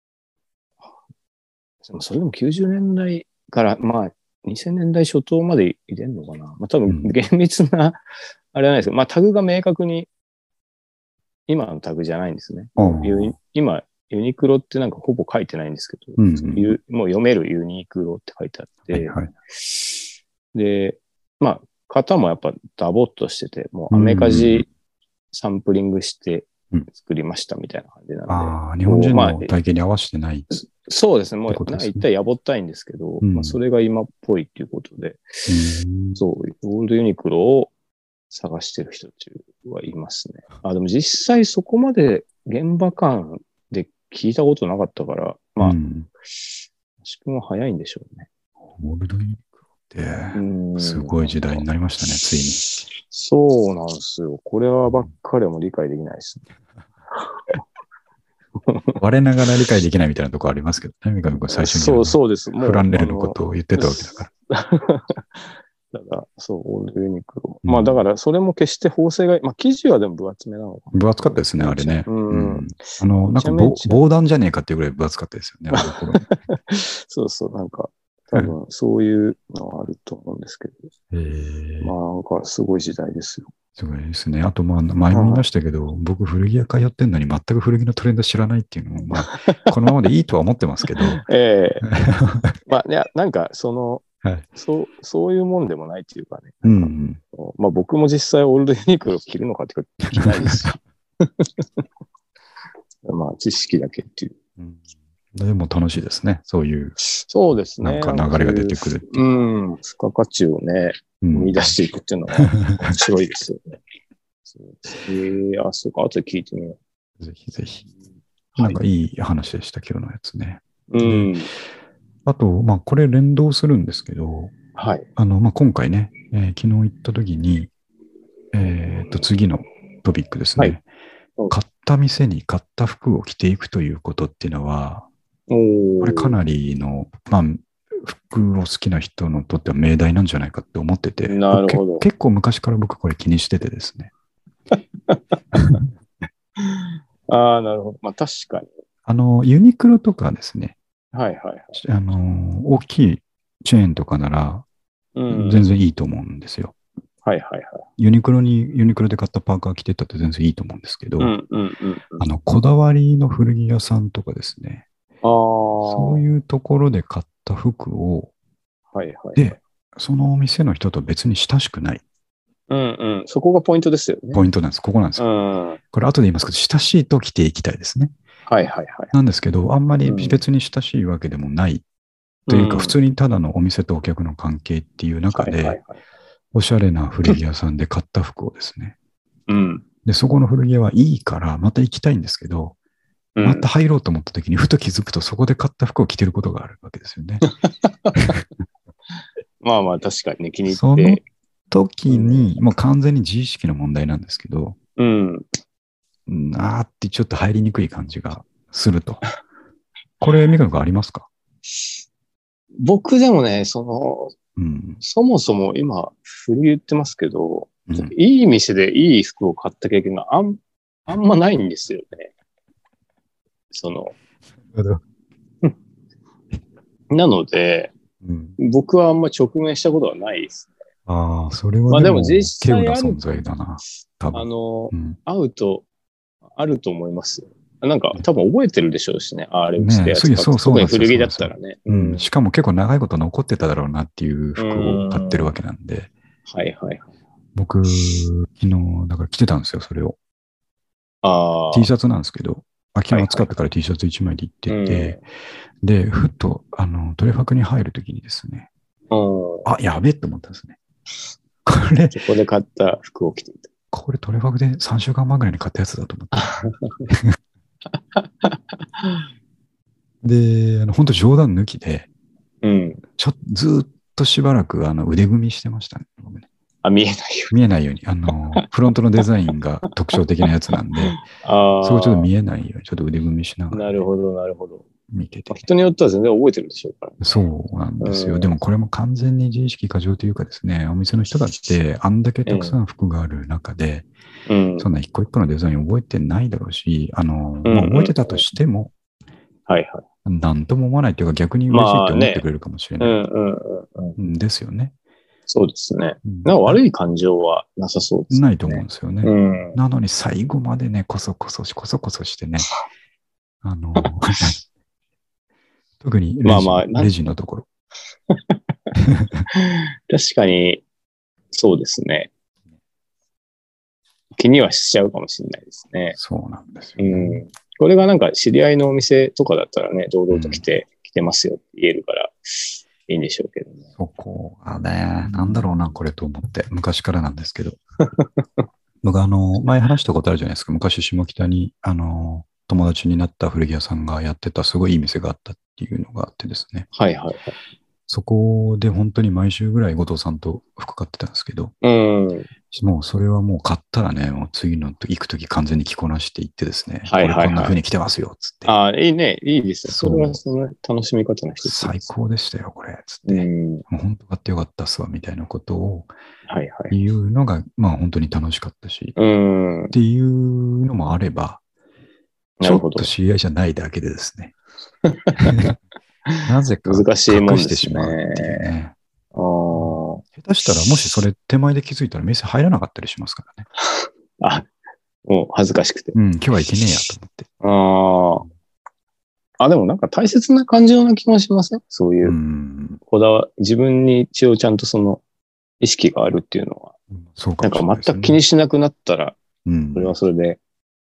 それでもきゅうじゅうねんだいから、まあ、にせんねんだい初頭まで入れんのかな。まあ、多分、厳密な、うん、あれはないですけど、まあ、タグが明確に、今のタグじゃないんですね。今、ユニクロってなんかほぼ書いてないんですけど、うんうん、もう読めるユニクロって書いてあって、はいはい、で、まあ、型もやっぱダボっとしてて、もうアメカジサンプリングして作りましたみたいな感じなんで。 うん、ああ、日本人の体型に合わせてない、 まあ。そうですね。もう、なんか一体やぼったいんですけど、うん、まあ、それが今っぽいっていうことで、うん、そう、オールドユニクロを探してる人たちはいますね。あ、でも実際そこまで現場感で聞いたことなかったから、まあ、うん、しくんは早いんでしょうね。 オールドユニクロって、すごい時代になりましたね、ついに。 そうなんですよ。これはばっかりはもう理解できないですね。 我ながら理解できないみたいなところありますけどね、三上君最初にそうそうです。 フランネルのことを言ってたわけだから。 だから、そう、オールドユニクロ。うん、まあだから、それも決して縫製が、まあ生地はでも分厚めなのかな。 分厚かったですね、あれね。うん。うん、あの、なんか防弾じゃねえかっていうぐらい分厚かったですよね、あの頃。 そうそう、なんか、多分そういうのはあると思うんですけど。へまあなんかすごい時代ですよ。 すごいですね。あと、まあ、前も言いましたけど、僕、古着屋通ってんのに全く古着のトレンド知らないっていうのも、まあ、このままでいいとは思ってますけど。 ええまあ、いや、なんか、その、 はい、 そう、そういうもんでもないっていうかね。 うん。 まあ、僕も実際オールドユニクロ着るのかっていうか、着ないですし。まあ、知識だけっていう。 うん、でも楽しいですね。そういう。 そうですね。 なんか流れが出てくるっていう。 うん。付加価値をね、見出していくっていうのは面白いですよね。えー、あ、そうか。後で聞いてみよう。ぜひぜひ。なんかいい話でした、今日のやつね。 うん。 あと、まあ、これ連動するんですけど、 はい。 あの、まあ、今回ね、えー、昨日行った時に、えっと、次のトピックですね。はい、買った店に買った服を着ていくということっていうのは、これかなりの、まあ、服を好きな人にとっては命題なんじゃないかって思ってて、 なるほど。 結構昔から僕これ気にしててですね。 ああ、なるほど。まあ確かに。 あの、ユニクロとかですね。 はいはいはい。 あの、大きいチェーンとかなら、全然いいと思うんですよ。 はいはいはい。 ユニクロに、ユニクロで買ったパーカー着てったって全然いいと思うんですけど、 うんうんうん、 あの、こだわりの古着屋さんとかですね。 ああ。 そういうところで買った服を、 はいはい、はい。 で、そのお店の人と別に親しくない。 うんうん。そこがポイントですよね。 ポイントなんです。ここなんですよ。うん、これ後で言いますけど、親しいと着ていきたいですね。 はいはいはい。 なんですけど、あんまり別に親しいわけでもない。というか、普通にただのお店とお客の関係っていう中で、おしゃれな古着屋さんで買った服をですね。 うん、 で、そこの古着屋はいいから、また行きたいんですけど、うん、また入ろうと思った時に、ふと気づくと、そこで買った服を着てることがあるわけですよね。 まあまあ、確かにね、気に入って。 その時に、もう完全に自意識の問題なんですけど、 うん。 あーってちょっと入りにくい感じがすると。これ、三上君ありますか？ 僕でもね、その、 うん、 そもそも今、古着言ってますけど、 うん、 いい店でいい服を買った経験があん、あんまないんですよね。その、なので、うん、僕はあんま直面したことはないですね。 ああ、それはでも、 まあでも実際ある存在だな。多分あの、うん、会うと、あると思いますよ。なんか多分覚えてるでしょうしね。ああれを着てやつか、ね、そうそう特に古着だったらね、 うん。しかも結構長いこと残ってただろうなっていう服を買ってるわけなんで。 はいはいはい。 僕、昨日、だから着てたんですよ、それを。 あ T シャツなんですけど、あ昨日暑かったから T シャツいちまいで行ってて、はいはい、で、ふっと、あの、トレファクに入るときにですね、あ、やべえって思ったんですね。これ、 そこで買った服を着ていた。 これトレファクでさんしゅうかんまえぐらいに買ったやつだと思って。で、あの本当冗談抜きで、 うん、 ちょずっとしばらくあの腕組みしてましたね。 あ、見えないように。見えないように。あの、フロントのデザインが特徴的なやつなんで、あそこちょっと見えないように、ちょっと腕組みしながら、ね。 なるほど、なるほど。 見てて、 ね。人によっては全然覚えてるでしょうから、ね。 そうなんですよ。でもこれも完全に自意識過剰というかですね、お店の人だってあんだけたくさん服がある中で、うん、そんな一個一個のデザイン覚えてないだろうし、あの、まあ、覚えてたとしても、 はいはい。 なんとも思わないというか逆に嬉しいって思ってくれるかもしれないんですよね。 そうですね。なんか悪い感情はなさそうですね。 ないと思うんですよね。うん、なのに最後までね、こそこそし、こそこそしてね、あの、特にレジ、まあまあ、レジのところ。 確かに、そうですね。気にはしちゃうかもしれないですね。 そうなんですよ、ね。 うん。これがなんか知り合いのお店とかだったらね、堂々と来て、うん、来てますよって言えるから、いいんでしょうけどね。 そこがね、なんだろうな、これと思って、昔からなんですけど。僕、あの、前話したことあるじゃないですか。昔、下北に、あの、友達になった古着屋さんがやってたすごいいい店があったっていうのがあってですね。 はいはいはい。 そこで本当に毎週ぐらい後藤さんと服買ってたんですけど、 うん、 もうそれはもう買ったらね、もう次の行くとき完全に着こなしていってですね、はいはいはい、これこんな風に着てますよ、つって。 ああ、いいね、いいですね。それはその楽しみ方の一つ。 最高でしたよ、これ、つって。うん、もう本当買ってよかったっすわ、みたいなことを言うのが、まあ本当に楽しかったし、うん、っていうのもあれば、ちょっと知り合いじゃないだけでですね。なぜか難しいもんですね。 隠してしまうっていうね。 下手したら、もしそれ手前で気づいたら店入らなかったりしますからね。 あ、もう恥ずかしくて。 うん、今日はいけねえやと思って。 ああ。あ、でもなんか大切な感じような気もしません？そういう、うん、こだわ、自分に一応ちゃんとその意識があるっていうのは。 うん、そうかもしれないですね。なんか全く気にしなくなったら、うん、それはそれで、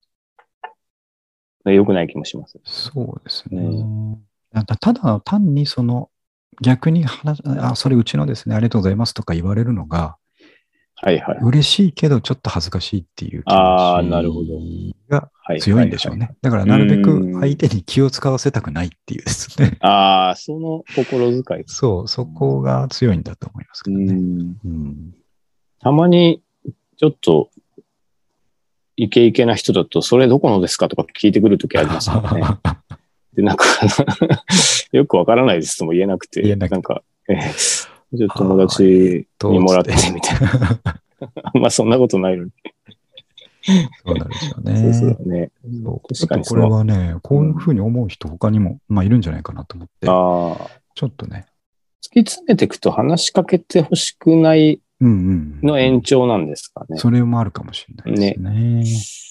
良くない気もします。 そうですね。うん、ただ単にその、逆に話、あ、それうちのですね、ありがとうございますとか言われるのが、 はいはい。 嬉しいけどちょっと恥ずかしいっていう気持ちが強いんでしょうね。だからなるべく相手に気を使わせたくないっていうですね。 ああ、その心遣い。 そう、そこが強いんだと思いますけどね。うんうん、 たまにちょっとイケイケな人だと、それどこのですかとか聞いてくるときありますもんね。で、なんかよくわからないですとも言えなくて、言えなくてなんか、えー、ちょっと友達にもらってみたいな。まあそんなことないのに。 そうなんですよね。 そうそうね。 そう確かにこれはね、こういうふうに思う人他にも、まあいるんじゃないかなと思って、あちょっとね。 突き詰めていくと話しかけてほしくないの延長なんですかね。うんうんうん、 それもあるかもしれないですね。ね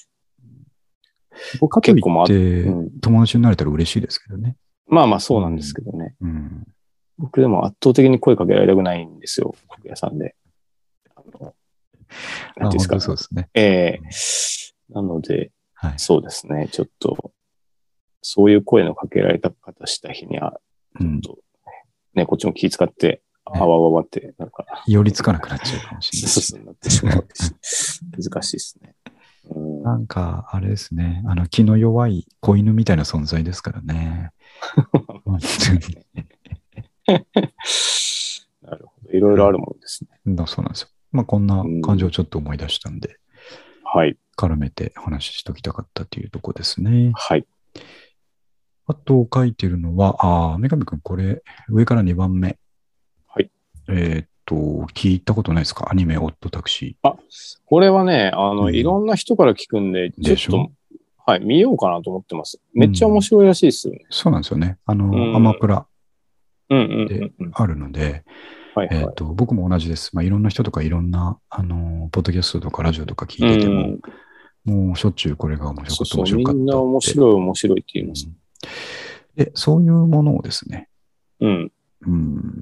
僕は結構もあって、友達になれたら嬉しいですけどね。 まあまあそうなんですけどね。うんうん、僕でも圧倒的に声かけられたくないんですよ。国屋さんで。あのなんていうんですか。 そうですね。 ええー、なので、はい、そうですね。ちょっと、そういう声のかけられた方した日には、ちょっと、うん、ね、こっちも気遣って、あわわわって、なんか。 寄りつかなくなっちゃうかもしれない、ね。 そうそうなってしまうし。難しいですね。 うん、なんか、あれですね。あの、気の弱い子犬みたいな存在ですからね。本当に。 なるほど。いろいろあるもんですね。 はい、そうなんですよ。まあ、こんな感じをちょっと思い出したんで、 うん、はい。 絡めて話しときたかったというところですね。 はい。 あと書いてるのは、ああ、女神くん、これ、上からにばんめ。 はい。 えっと、聞いたことないですか？アニメ、オットタクシー。あ、これはね、あの、うん、いろんな人から聞くんで、ちょっと、はい、見ようかなと思ってます。めっちゃ面白いらしいですよね。 うん、そうなんですよね。あの、うん、アマプラであるので、えっと、僕も同じです。まあ、いろんな人とかいろんな、あの、ポッドキャストとかラジオとか聞いてても、うん、もうしょっちゅうこれが面白かった、面白かったって。 みんな面白い、面白いって言います。 うん、で、そういうものをですね、 うん。 うん、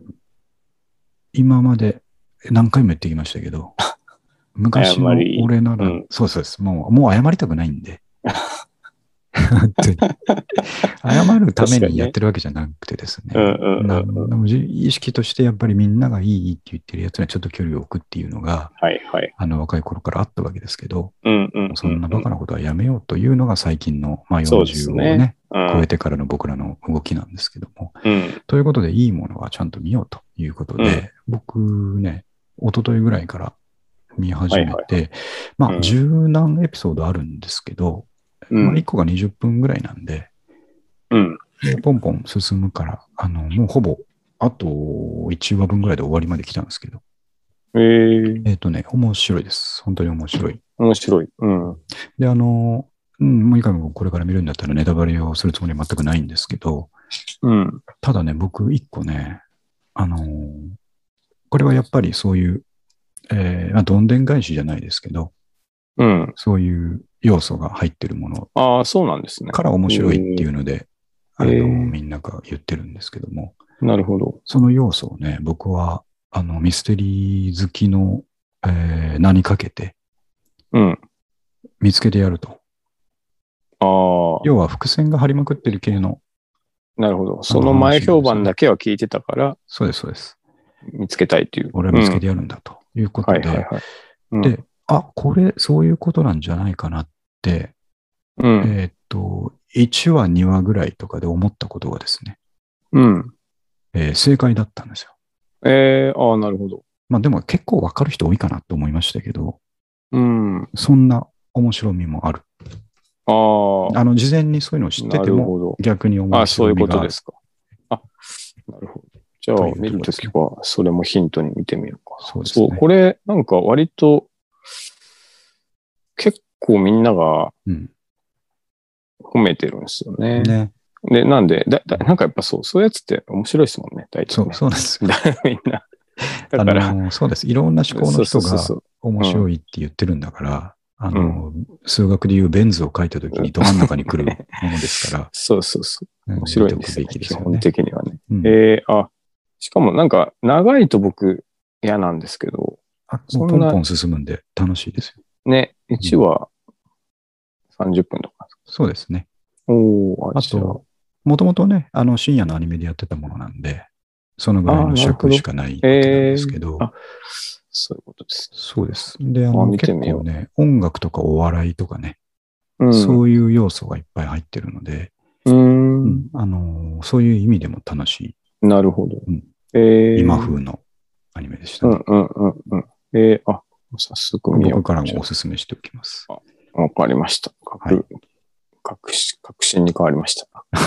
今まで何回も言ってきましたけど、昔の俺なら、うん、そうそうです。もう、もう謝りたくないんで。本当に謝るためにやってるわけじゃなくてですね。意識としてやっぱりみんながいいって言ってるやつにはちょっと距離を置くっていうのが、 はいはい、 あの若い頃からあったわけですけど、 うんうんうんうん、 そんなバカなことはやめようというのが最近の、まあ、よんじゅうをね、ねうん、超えてからの僕らの動きなんですけども。 うん、 ということで、いいものはちゃんと見ようということで、うん、僕ね、一昨日ぐらいから見始めて、はいはい、まあ、十何エピソードあるんですけど、うんまあ、いっこがにじゅっぷんぐらいなんで、 うん、 ポンポン進むから、あの、もうほぼ、あといちわぶんぐらいで終わりまで来たんですけど。 えー、 えっとね、面白いです。本当に面白い。 面白い。うん。 で、あの、うん、もういいかもこれから見るんだったらネタバレをするつもりは全くないんですけど、 うん、 ただね、僕いっこね、あの、これはやっぱりそういう、えー、まあ、どんでん返しじゃないですけど、 うん、 そういう要素が入ってるものああ、そうなんですね。 から面白いっていうので、あの、みんなが言ってるんですけども。 なるほど。 その要素をね、僕は、あの、ミステリー好きの、えー、名にかけて、 うん。 見つけてやると。 ああ。 要は伏線が張りまくってる系の。 なるほど。その前評判だけは聞いてたから。 そうです、そうです。 見つけたいという。 俺は見つけてやるんだということで。 はいはいはい。うん、 で、あ、これ、そういうことなんじゃないかなって、 うん、 えー、っと、いちわ、にわぐらいとかで思ったことがですね、 うんえー、正解だったんですよ。 えー、ああ、なるほど。 まあでも結構わかる人多いかなと思いましたけど、 うん、 そんな面白みもある。 ああ。 あの、事前にそういうのを知ってても逆に面白みがある。 あ、そういうことですか。あ、なるほど。じゃあ、見るときはそれもヒントに見てみようか。 そうですね。 そう、これ、なんか割と、結構みんなが褒めてるんですよね。 うん、ね。 で、なんでだだ、なんかやっぱそう、そういうやつって面白いですもんね、大体、ね。 そう、そうなんですよ。 みんな。 あだから、 の、そうです。いろんな思考の人が面白いって言ってるんだから、あの、うん、数学でいうベン図を書いたときにど真ん中に来るものですから。 そうそうそう。面白いんですよね。基本的にはね。うん、えー、あ、しかもなんか長いと僕嫌なんですけど。 あ、もうポンポン進むんで楽しいですよ。 ね、いちわさんじゅっぷんとか。 そうですね。 おああと、もともとね、あの深夜のアニメでやってたものなんで、そのぐらいの尺しかないわけなんですけど、 えー、あ、そういうことです。 そうです。で、あの結構ね、音楽とかお笑いとかね、うん、そういう要素がいっぱい入ってるので、 うんうん、あのー、そういう意味でも楽しい。なるほど。 うん、 えー、 今風のアニメでしたね。 うんうんうんうん。えー、あ、早速見よう。 僕からもお勧めしておきます。 わかりました。はい、確信に変わりました。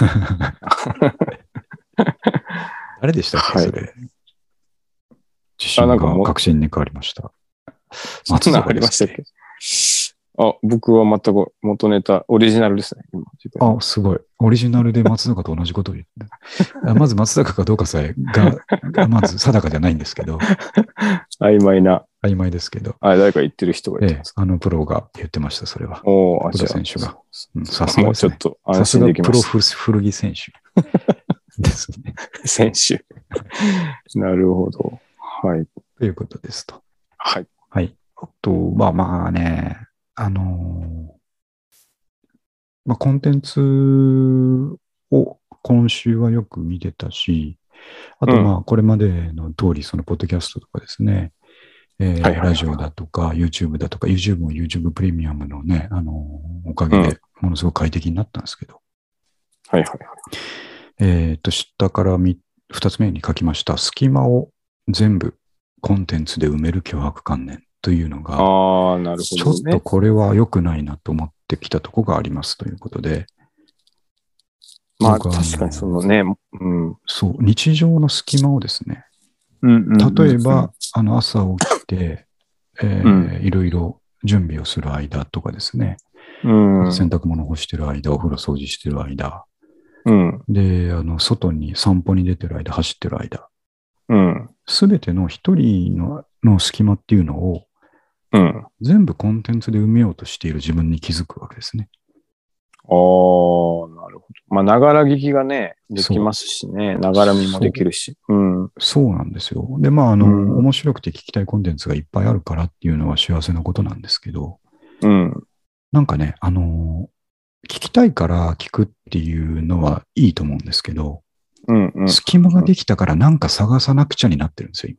誰でしたっけ、はい、それ。自信が確信に変わりました。 松坂ですね。あ、僕は全く元ネタ、オリジナルですね。 今あ、すごい。オリジナルで松坂と同じことを言ってまず松坂かどうかさえが、がまず定かじゃないんですけど。 曖昧な。 曖昧ですけど。 あ、誰か言ってる人が言ってます、 ええ。あのプロが言ってました、それは。 おプロ選手が。 さすがですね。ちょっと安心できます。 さすがプロ古着選手ですね。 選手。なるほど。はい。 ということですと。 はい。 はい。あと、まあまあね、あのー、まあ、コンテンツを今週はよく見てたし、あとまあ、これまでの通り、そのポッドキャストとかですね、えー、ラジオだとか、YouTube だとか、YouTube も YouTube プレミアムのね、あのー、おかげでものすごく快適になったんですけど。 はいはいはい。 えっと、下からみ二つ目に書きました、隙間を全部コンテンツで埋める強迫観念というのが、 ああ、なるほどね。 ちょっとこれは良くないなと思ってきたところがありますということで。 まあ、確かにそのね、うん。 そう、日常の隙間をですね、 うんうんうんうん、 例えば、あの、朝起きて、えーうん、いろいろ準備をする間とかですね、 うん、 洗濯物を干してる間、お風呂掃除してる間、 うん、 で、あの、外に散歩に出てる間、走ってる間、 すべ、 うん、ての一人のの隙間っていうのを、 うん、 全部コンテンツで埋めようとしている自分に気づくわけですね。 ああ、なるほど。まあ、ながら聞きがね、できますしね、ながら見もできるし。 そう、うん、そうなんですよ。で、まあ、あの、うん、面白くて聞きたいコンテンツがいっぱいあるからっていうのは幸せなことなんですけど、 うん、 なんかね、あの、聞きたいから聞くっていうのはいいと思うんですけど、 うんうん、 隙間ができたからなんか探さなくちゃになってるんですよ、今。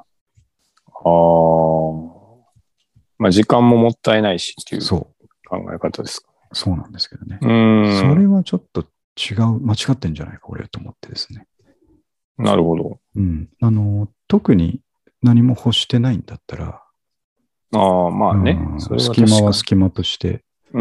ああ。まあ、時間ももったいないしっていう考え方ですかね。 そうなんですけどね。 うん。 それはちょっと違う、間違ってんじゃないか、これと思ってですね。 なるほど。 うん。あの、特に何も欲してないんだったら、 ああ、まあね。 それは隙間は隙間として、 うん。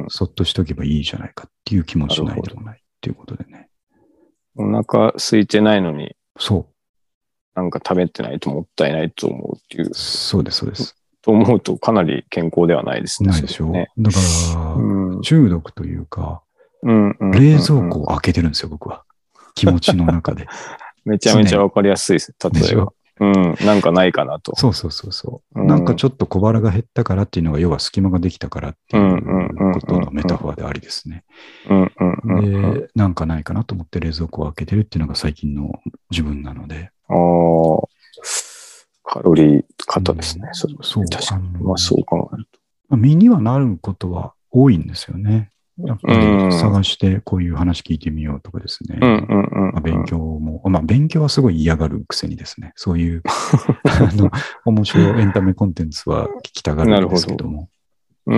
そっとしとけばいいじゃないかっていう気もしないでもないっていうことでね。 お腹空いてないのに、 そう。 なんか食べてないともったいないと思うっていう。 そうです、そうです。 と思うとかなり健康ではないですね。 ないでしょう。ね、だから、うん、中毒というか、 うんうん、 冷蔵庫を開けてるんですよ、僕は。気持ちの中で。 めちゃめちゃわかりやすいです。例えば。うん、なんかないかなと。 そうそうそうそう、うん。なんかちょっと小腹が減ったからっていうのが、要は隙間ができたからっていうことのメタファーでありですね。で、なんかないかなと思って冷蔵庫を開けてるっていうのが最近の自分なので。 ああ。カロリー型ですね。うん、そそう。 確かに。まあそう考えると。身にはなることは多いんですよね。やっぱり探してこういう話聞いてみようとかですね。勉強も、まあ勉強はすごい嫌がるくせにですね。そういうあの面白いエンタメコンテンツは聞きたがるんですけども。 うん。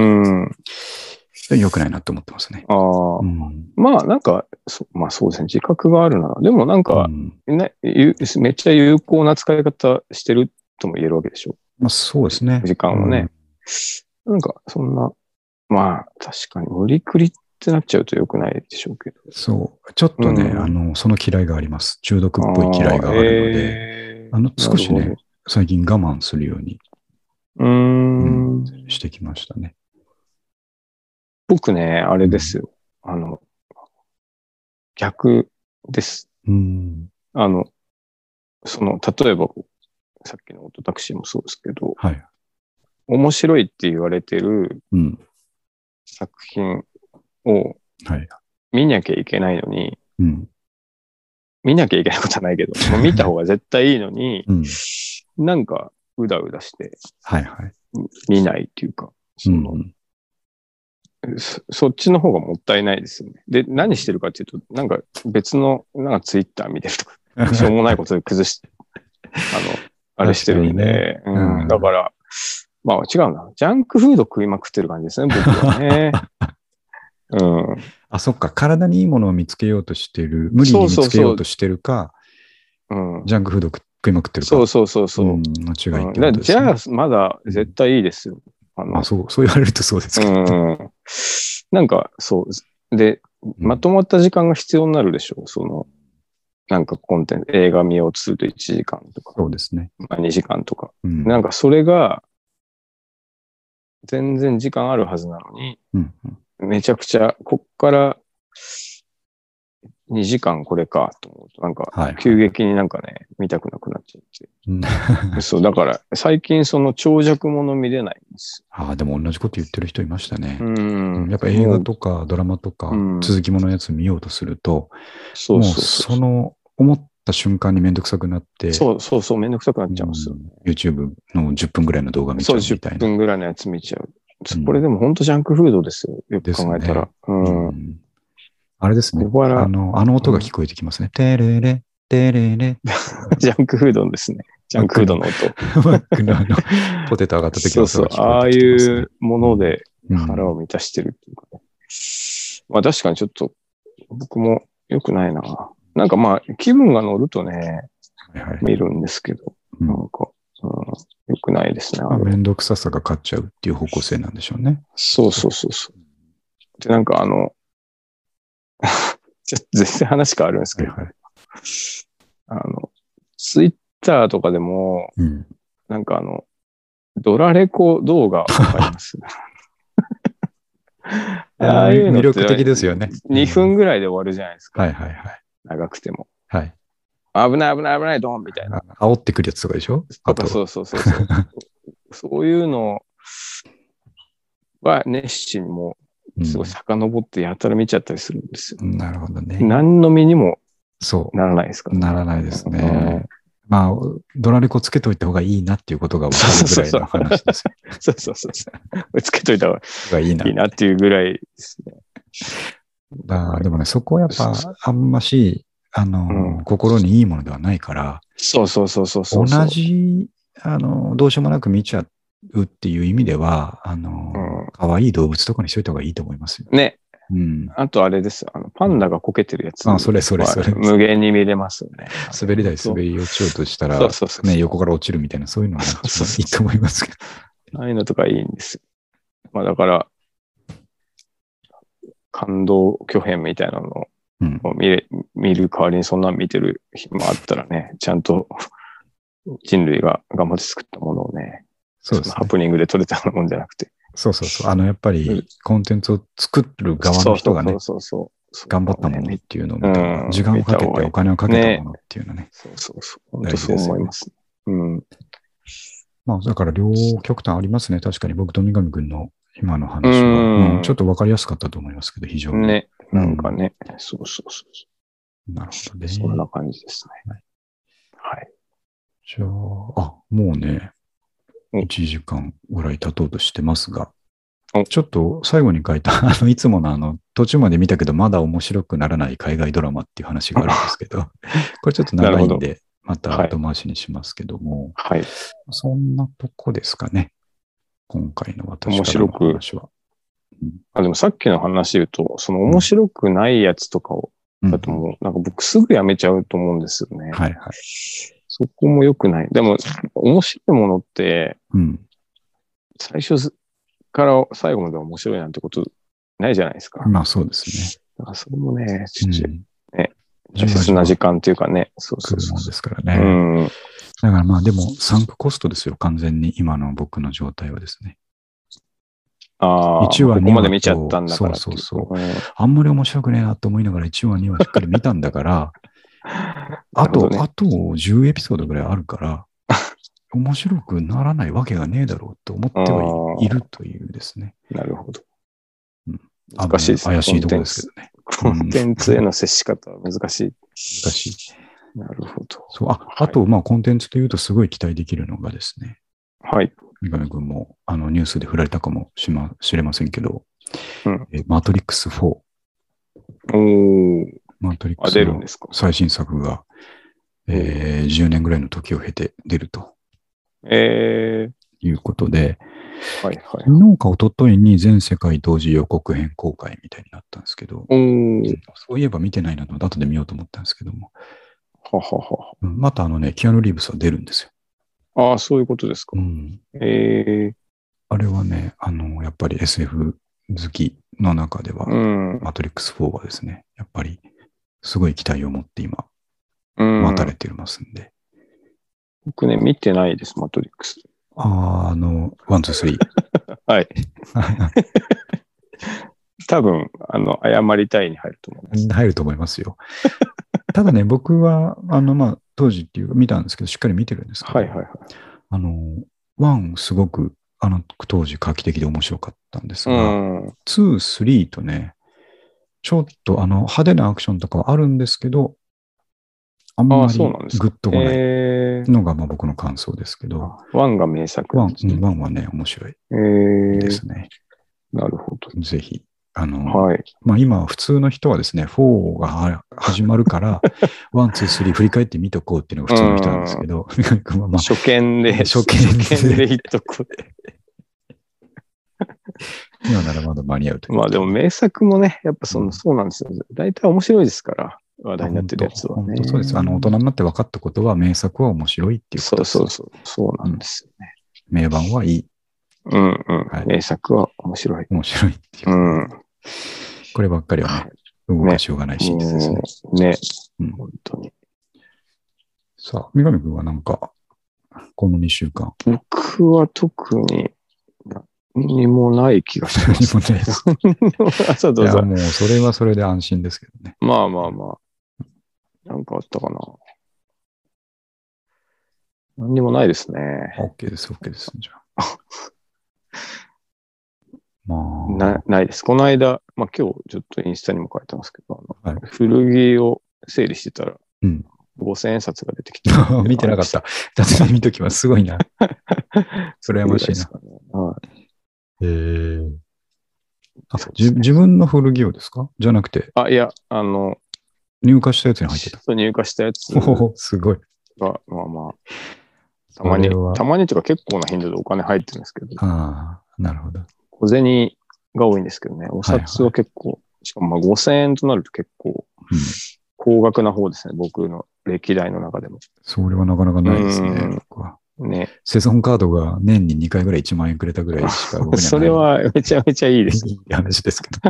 良くないなと思ってますね。 ああ、うん。まあなんか、まあそうですね。自覚があるなら。でもなんか、うんね、めっちゃ有効な使い方してるとも言えるわけでしょ。 まあそうですね。 時間をね。うん、なんかそんな、まあ確かに無理くりってなっちゃうと良くないでしょうけど。 そう。ちょっとね、うん、あの、その嫌いがあります。中毒っぽい嫌いがあるので、あ、えー、あの、少しね、最近我慢するように、 うーん、 うん、してきましたね。 僕ね、あれですよ。うん、あの、逆です。 うん、 あの、その、例えば、 さっきのオートタクシーもそうですけど、 はい。 面白いって言われてる作品を見なきゃいけないのに、 うん、 見なきゃいけないことはないけど、もう見た方が絶対いいのに、うん、なんかうだうだして、 はいはい、 見ないっていうか、その、うんそ、そっちの方がもったいないですよね。で、何してるかっていうと、なんか別の、なんかツイッター見てるとか、しょうもないことで崩して、あの、あれしてるんで、ねうんうん、だから、まあ違うな。ジャンクフード食いまくってる感じですね、僕はね。うん。 あ、そっか。体にいいものを見つけようとしてる。無理に見つけようとしてるか、 そうそうそううん、 ジャンクフード食いまくってるか。 そうそうそうそう。うん、 間違いってことですね。 じゃあ、まだ絶対いいですよ。 あのあそう、そう言われるとそうですけど、ね。 うん。なんか、そう。で、まとまった時間が必要になるでしょう。うん、その、なんかコンテンツ、映画見ようとするといちじかんとか。 そうですね。 まあにじかんとか。うん、なんかそれが、全然時間あるはずなのに、うんうん、めちゃくちゃ、こっからにじかんこれかと思うと、なんか、急激になんかね、はいはい、見たくなくなっちゃって。そう、だから、最近その長尺もの見れないんです。 ああ、でも同じこと言ってる人いましたね。うんやっぱ映画とかドラマとか、続きもののやつ見ようとすると、うん、もうその、思った瞬間にめんどくさくなって。 そうそうそう、めんどくさくなっちゃうんですよ、ねうん。YouTube のじゅっぷんぐらいの動画見ちゃうみたいな。 そう、じゅっぷんぐらいのやつ見ちゃう。うん、これでも本当ジャンクフードですよ。よく考えたら。ねうんうんあれですね。あの、あの音が聞こえてきますね。テレレ、テレレ。 ジャンクフードですね。ジャンクフードの音。 マックのあの、ポテト上がった時の音が聞こえてきます、ね。そうそう、 ああいうもので腹を満たしてるっていうかね。うん、まあ確かにちょっと、僕も良くないな。なんかまあ、気分が乗るとね、はいはい、見るんですけど、うん、なんか、うん、良くないですね。 まあ、めんどくささが勝っちゃうっていう方向性なんでしょうね。 そうそうそうそう。で、なんかあの、ちょっと全然話変わるんですけど、はいはい、あの、ツイッターとかでも、うん、なんかあの、ドラレコ動画わかりますああいうの魅力的ですよね。 にふんぐらいで終わるじゃないですか。 はいはいはい。 長くても。 はい。 危ない危ない危ないドンみたいな。 煽ってくるやつとかでしょとかそうそうそうそう。そういうのは熱心にもすごい遡ってやたら見ちゃったりするんですよ。 うん、なるほどね。 何の身にもならないですか、 ね、ならないですね。うんまあ、ドラレコつけといた方がいいなっていうことが分かるぐらいの話ですよ。 そうそうそうそう。つけといた方がいいな。いいなっていうぐらいですね。 だでもね、そこはやっぱあんまし、あの、うん、心にいいものではないから、 そうそうそうそうそう。 同じ、あの、どうしようもなく見ちゃうっていう意味では、あの、うん、可愛い動物とかにしといた方がいいと思いますよ。 ね。 うん、 あとあれです。あの、パンダがこけてるやつ。 あ、それそれそれ。 無限に見れますよね。 滑り台滑り落ちようとしたら、そうそうそうね、横から落ちるみたいな、そういうのがいいと思いますけど。 ああいうのとかいいんです。まあだから、感動巨編みたいなのを見れ、うん、見る代わりにそんなの見てる暇あったらね、ちゃんと人類が頑張って作ったものをね、そうですね、ハプニングで撮れたもんじゃなくて。 そうそうそう。あの、やっぱり、コンテンツを作る側の人がね、そうそうそう頑張ったものっていうのを見た、うん、時間をかけてお金をかけたものっていうのはね。ねそうそうそう。本当そう思います。うん。 まあ、だから両極端ありますね。確かに僕と三上君の今の話は、うん、ちょっとわかりやすかったと思いますけど、非常に。 ね。なんかね、うん、そうそうそう。 なるほどね。 そんな感じですね。はい。はい、 じゃあ、あ、もうね、いちじかんぐらい経とうとしてますが、ちょっと最後に書いた、あの、いつものあの、途中まで見たけど、まだ面白くならない海外ドラマっていう話があるんですけど、これちょっと長いんで、また後回しにしますけども、 はい。 そんなとこですかね。今回の私からの話は。 うん、あでもさっきの話言うと、その面白くないやつとかを、うん、だともう、なんか僕すぐやめちゃうと思うんですよね。 はいはい。 そこも良くない。でも、面白いものって、 うん、 最初から最後まで面白いなんてことないじゃないですか。 まあそうですね。 だからそれもね、ちょっと、ね、大切な時間っていうかね、そうそうそう。 そうですからね。うん、だからまあでも、サンクコストですよ、完全に今の僕の状態はですね。 ああ、 いちわ、 ここまで見ちゃったんだからそうそうそう、うん。あんまり面白くねえなと思いながらいちわ、にわしっかり見たんだから、あと、ね、あとじゅうエピソードぐらいあるから、 面白くならないわけがねえだろうと思ってはいるというですね。 なるほど。 うん、 難しいですね。怪しいところですけどね。 コンテンツへの接し方は難しい。 難しい。 なるほど。 そう、あ、あと、まあ、コンテンツというとすごい期待できるのがですね。 はい。 三上君も、あの、ニュースで振られたかもしま、しれませんけど、 うん、 えマトリックスフォおー。 ー。 マトリックスの最新作が、えー、じゅうねんぐらいの時を経て出ると。 えー、いうことで、 はいはい、 昨日か一昨日に全世界同時予告編公開みたいになったんですけど、そういえば見てないなと後で見ようと思ったんですけども。 ははは。 またあのね、キアヌ・リーブスは出るんですよ。 ああ、そういうことですか。 うん、 えー、 あれはね、あの、やっぱり エスエフ 好きの中では、うん、マトリックスフォーはですね、やっぱりすごい期待を持って今、待たれていますんで。 僕ね、見てないです、マトリックス。 ああ、あの、ワン、ツー、スリー。 はい。多分、あの、謝りたいに入ると思います。 入ると思いますよ。ただね、僕は、あの、まあ、当時っていうか見たんですけど、しっかり見てるんですけど、 はいはいはい。 あの、ワン、すごく、あの、当時画期的で面白かったんですが、ツー、スリーとね、ちょっとあの、派手なアクションとかはあるんですけど、あんまりグッとこないのがまあ僕の感想ですけど。 ワンが名作ワン、ワンはね、面白いですね。 なるほど。 ぜひ。あの、 はい、 まあ今、普通の人はですね、フォーが始まるから、ワン、ツー、スリー振り返って見とこうっていうのが普通の人なんですけど、 まあ、初見で、 初見で、 初見で言っとこう。 今ならまだ間に合うという。 まあでも名作もね、やっぱその、うん、そうなんですよ。大体面白いですから、話題になってるやつはね。 本当そうです。あの、大人になって分かったことは、名作は面白いっていうことです。 そうそうそう。そうなんですよね。 うん、名盤はいい。 うんうん、はい。名作は面白い。 面白いっていう。うん。こればっかりはね、動かしようがない真実ですね。 ね。うん、本当に。 さあ、三上君はなんか、このにしゅうかん。 僕は特に何にもない気がします。 何もないです。 そうどうぞ。 いや、もうそれはそれで安心ですけどね。 まあまあまあ。なんかあったかな。何にもないですね。 OK です、OK です。じゃあ。まあな。ないです。この間、まあ今日ちょっとインスタにも書いたんですけど、あの、はい、古着を整理してたら、うん、ごせんえん札が出てきて。 見てなかった。だって見ときます。すごいな。羨ましいな。はい、えーあじ自分の古着をですかじゃなくて。 あ、いや、あの、 入荷したやつに入ってた。 そう、入荷したやつ。 おすごい。 が、まあまあ、たまに、たまにというか結構な頻度でお金入ってるんですけど。 ああ、なるほど。 小銭が多いんですけどね。お札は結構、はいはい、しかもまあごせんえんとなると結構、高額な方ですね。僕の歴代の中でも。 それはなかなかないですね、僕は。 ね。 セゾンカードが年ににかいぐらいいちまんえんくれたぐらいしか動けない。 それはめちゃめちゃいいですね。 いい話ですけど。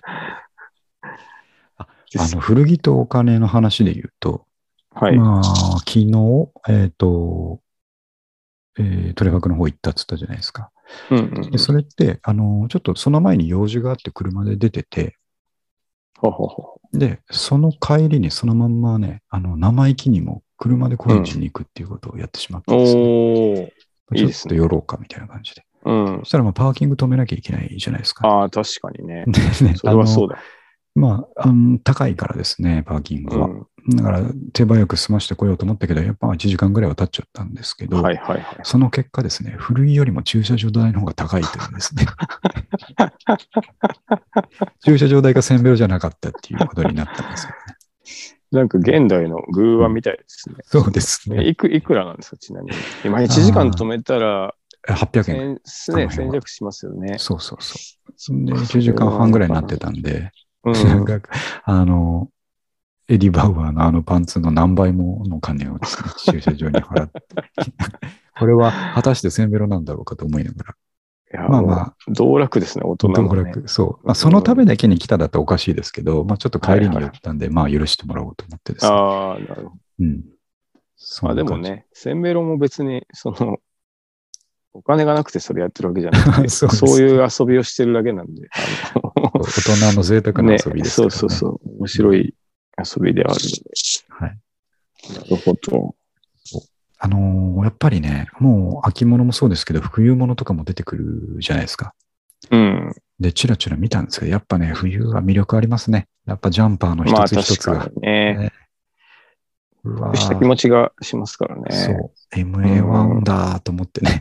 あの、古着とお金の話で言うと、はい、まあ、昨日、えっと、えー、トレファクの方行ったっつったじゃないですか。 うんうんうん、 でそれって、あの、ちょっとその前に用事があって車で出てて、 ほほほで、その帰りにそのまんまね、あの、生意気にも車で工事に行くっていうことをやってしまってですね。 うんちょっと寄ろうかみたいな感じで。 うん、 そしたらまあパーキング止めなきゃいけないじゃないですか。 ああ、確かにね。 ねそれはそうだ。 まあ、あの高いからですね、パーキングは。うん、だから手早く済ましてこようと思ったけど、やっぱいちじかんぐらいは経っちゃったんですけど、 はいはいはい、 その結果ですね、古着よりも駐車場代の方が高いというですね。駐車場代がせんベロじゃなかったっていうことになったんですよね。 なんか現代の偶話みたいですね。 うん、そうですね。 いく、いくらなんですか、ちなみに。今いちじかん止めたら、 はっぴゃくえん。 ね、先着しますよね。 そうそうそう。で、いちじかんはんぐらいになってたんで、うん、なんか、あの、エディ・バウアーのあのパンツの何倍もの金をですね、駐車場に払って。これは果たしてせんベロなんだろうかと思いながら。 いやまあまあ、道楽ですね、大人の、ね。 道楽、そう。まあ、そのためだけに来ただとおかしいですけど、まあちょっと帰りに寄ったんで、はいはい、まあ許してもらおうと思ってですね。 ああ、なるほど。 うん。 まあでもね、せんベロも別に、その、お金がなくてそれやってるわけじゃなくて、そうそういう遊びをしてるだけなんで。 あの大人の贅沢な遊びですからね。 ね。そうそうそう。面白い遊びではあるので。 はい。 なるほど。 あのー、やっぱりね、もう秋物もそうですけど、冬物とかも出てくるじゃないですか。 うん。 で、チラチラ見たんですけど、やっぱね、冬は魅力ありますね。やっぱジャンパーの一つ一つが。 まあ確かにね。 ね、う得した気わ持ちがしますからね。 そう、エムエーワン だと思ってね。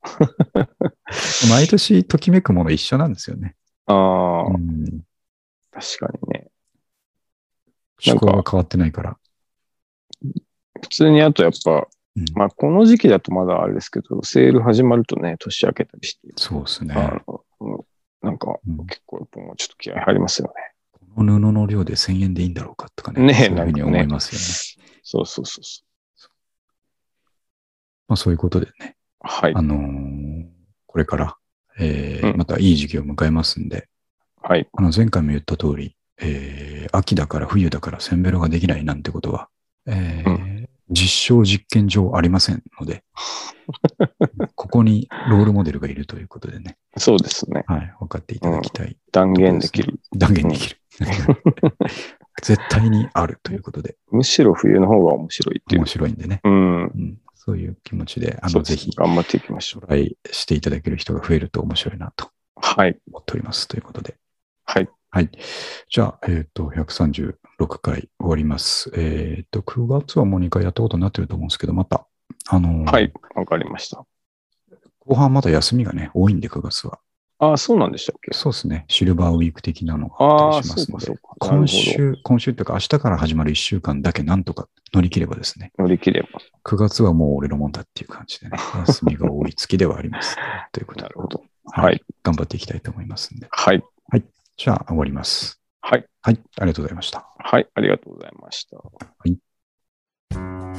毎年ときめくもの一緒なんですよね。 ああ、 うん、 確かにね。 思考が変わってないから。 普通にあとやっぱ、 うん、 まあこの時期だとまだあれですけど、セール始まるとね、年明けたりして。 そうですね。 あのなんか、結構やっぱもうちょっと気合入りますよね。 この布の量でせんえんでいいんだろうかとかね。 ねえ、 そういうふうに思いますよね。 ね、そうそうそうそう。 まあそういうことでね。 はい。 あのー、これから、えーうん、 またいい時期を迎えますんで、 はい。 あの前回も言った通り、えー秋だから冬だからセンベロができないなんてことは、えーうん、実証実験上ありませんので、ここにロールモデルがいるということでね。 そうですね。 はい、分かっていただきたい、ね、 うん、断言できる。 断言できる。うん、絶対にあるということで。 むしろ冬の方が面白いっていう。 面白いんでね。 うん。うん、 そういう気持ちで、あの、ぜひ、 頑張っていきましょう。 トライしていただける人が増えると面白いなと。 はい。 思っております。ということで。 はい。 はい。じゃあ、えっと、ひゃくさんじゅうろっかい終わります。えっと、くがつはもうにかいやったことになってると思うんですけど、また、あのー、 はい、わかりました。 後半まだ休みがね、多いんで、くがつは。 ああ、そうなんでしたっけ？ そうですね。シルバーウィーク的なのがあったりしますので、今週、今週というか、明日から始まるいっしゅうかんだけなんとか乗り切ればですね。 乗り切れば。 くがつはもう俺のもんだっていう感じでね、休みが多い月ではあります、ね。ということで。 なるほど。 はい。はい、頑張っていきたいと思いますんで。 はい。 はい。じゃあ、終わります。 はい。 はい。ありがとうございました。 はい。ありがとうございました。 はい。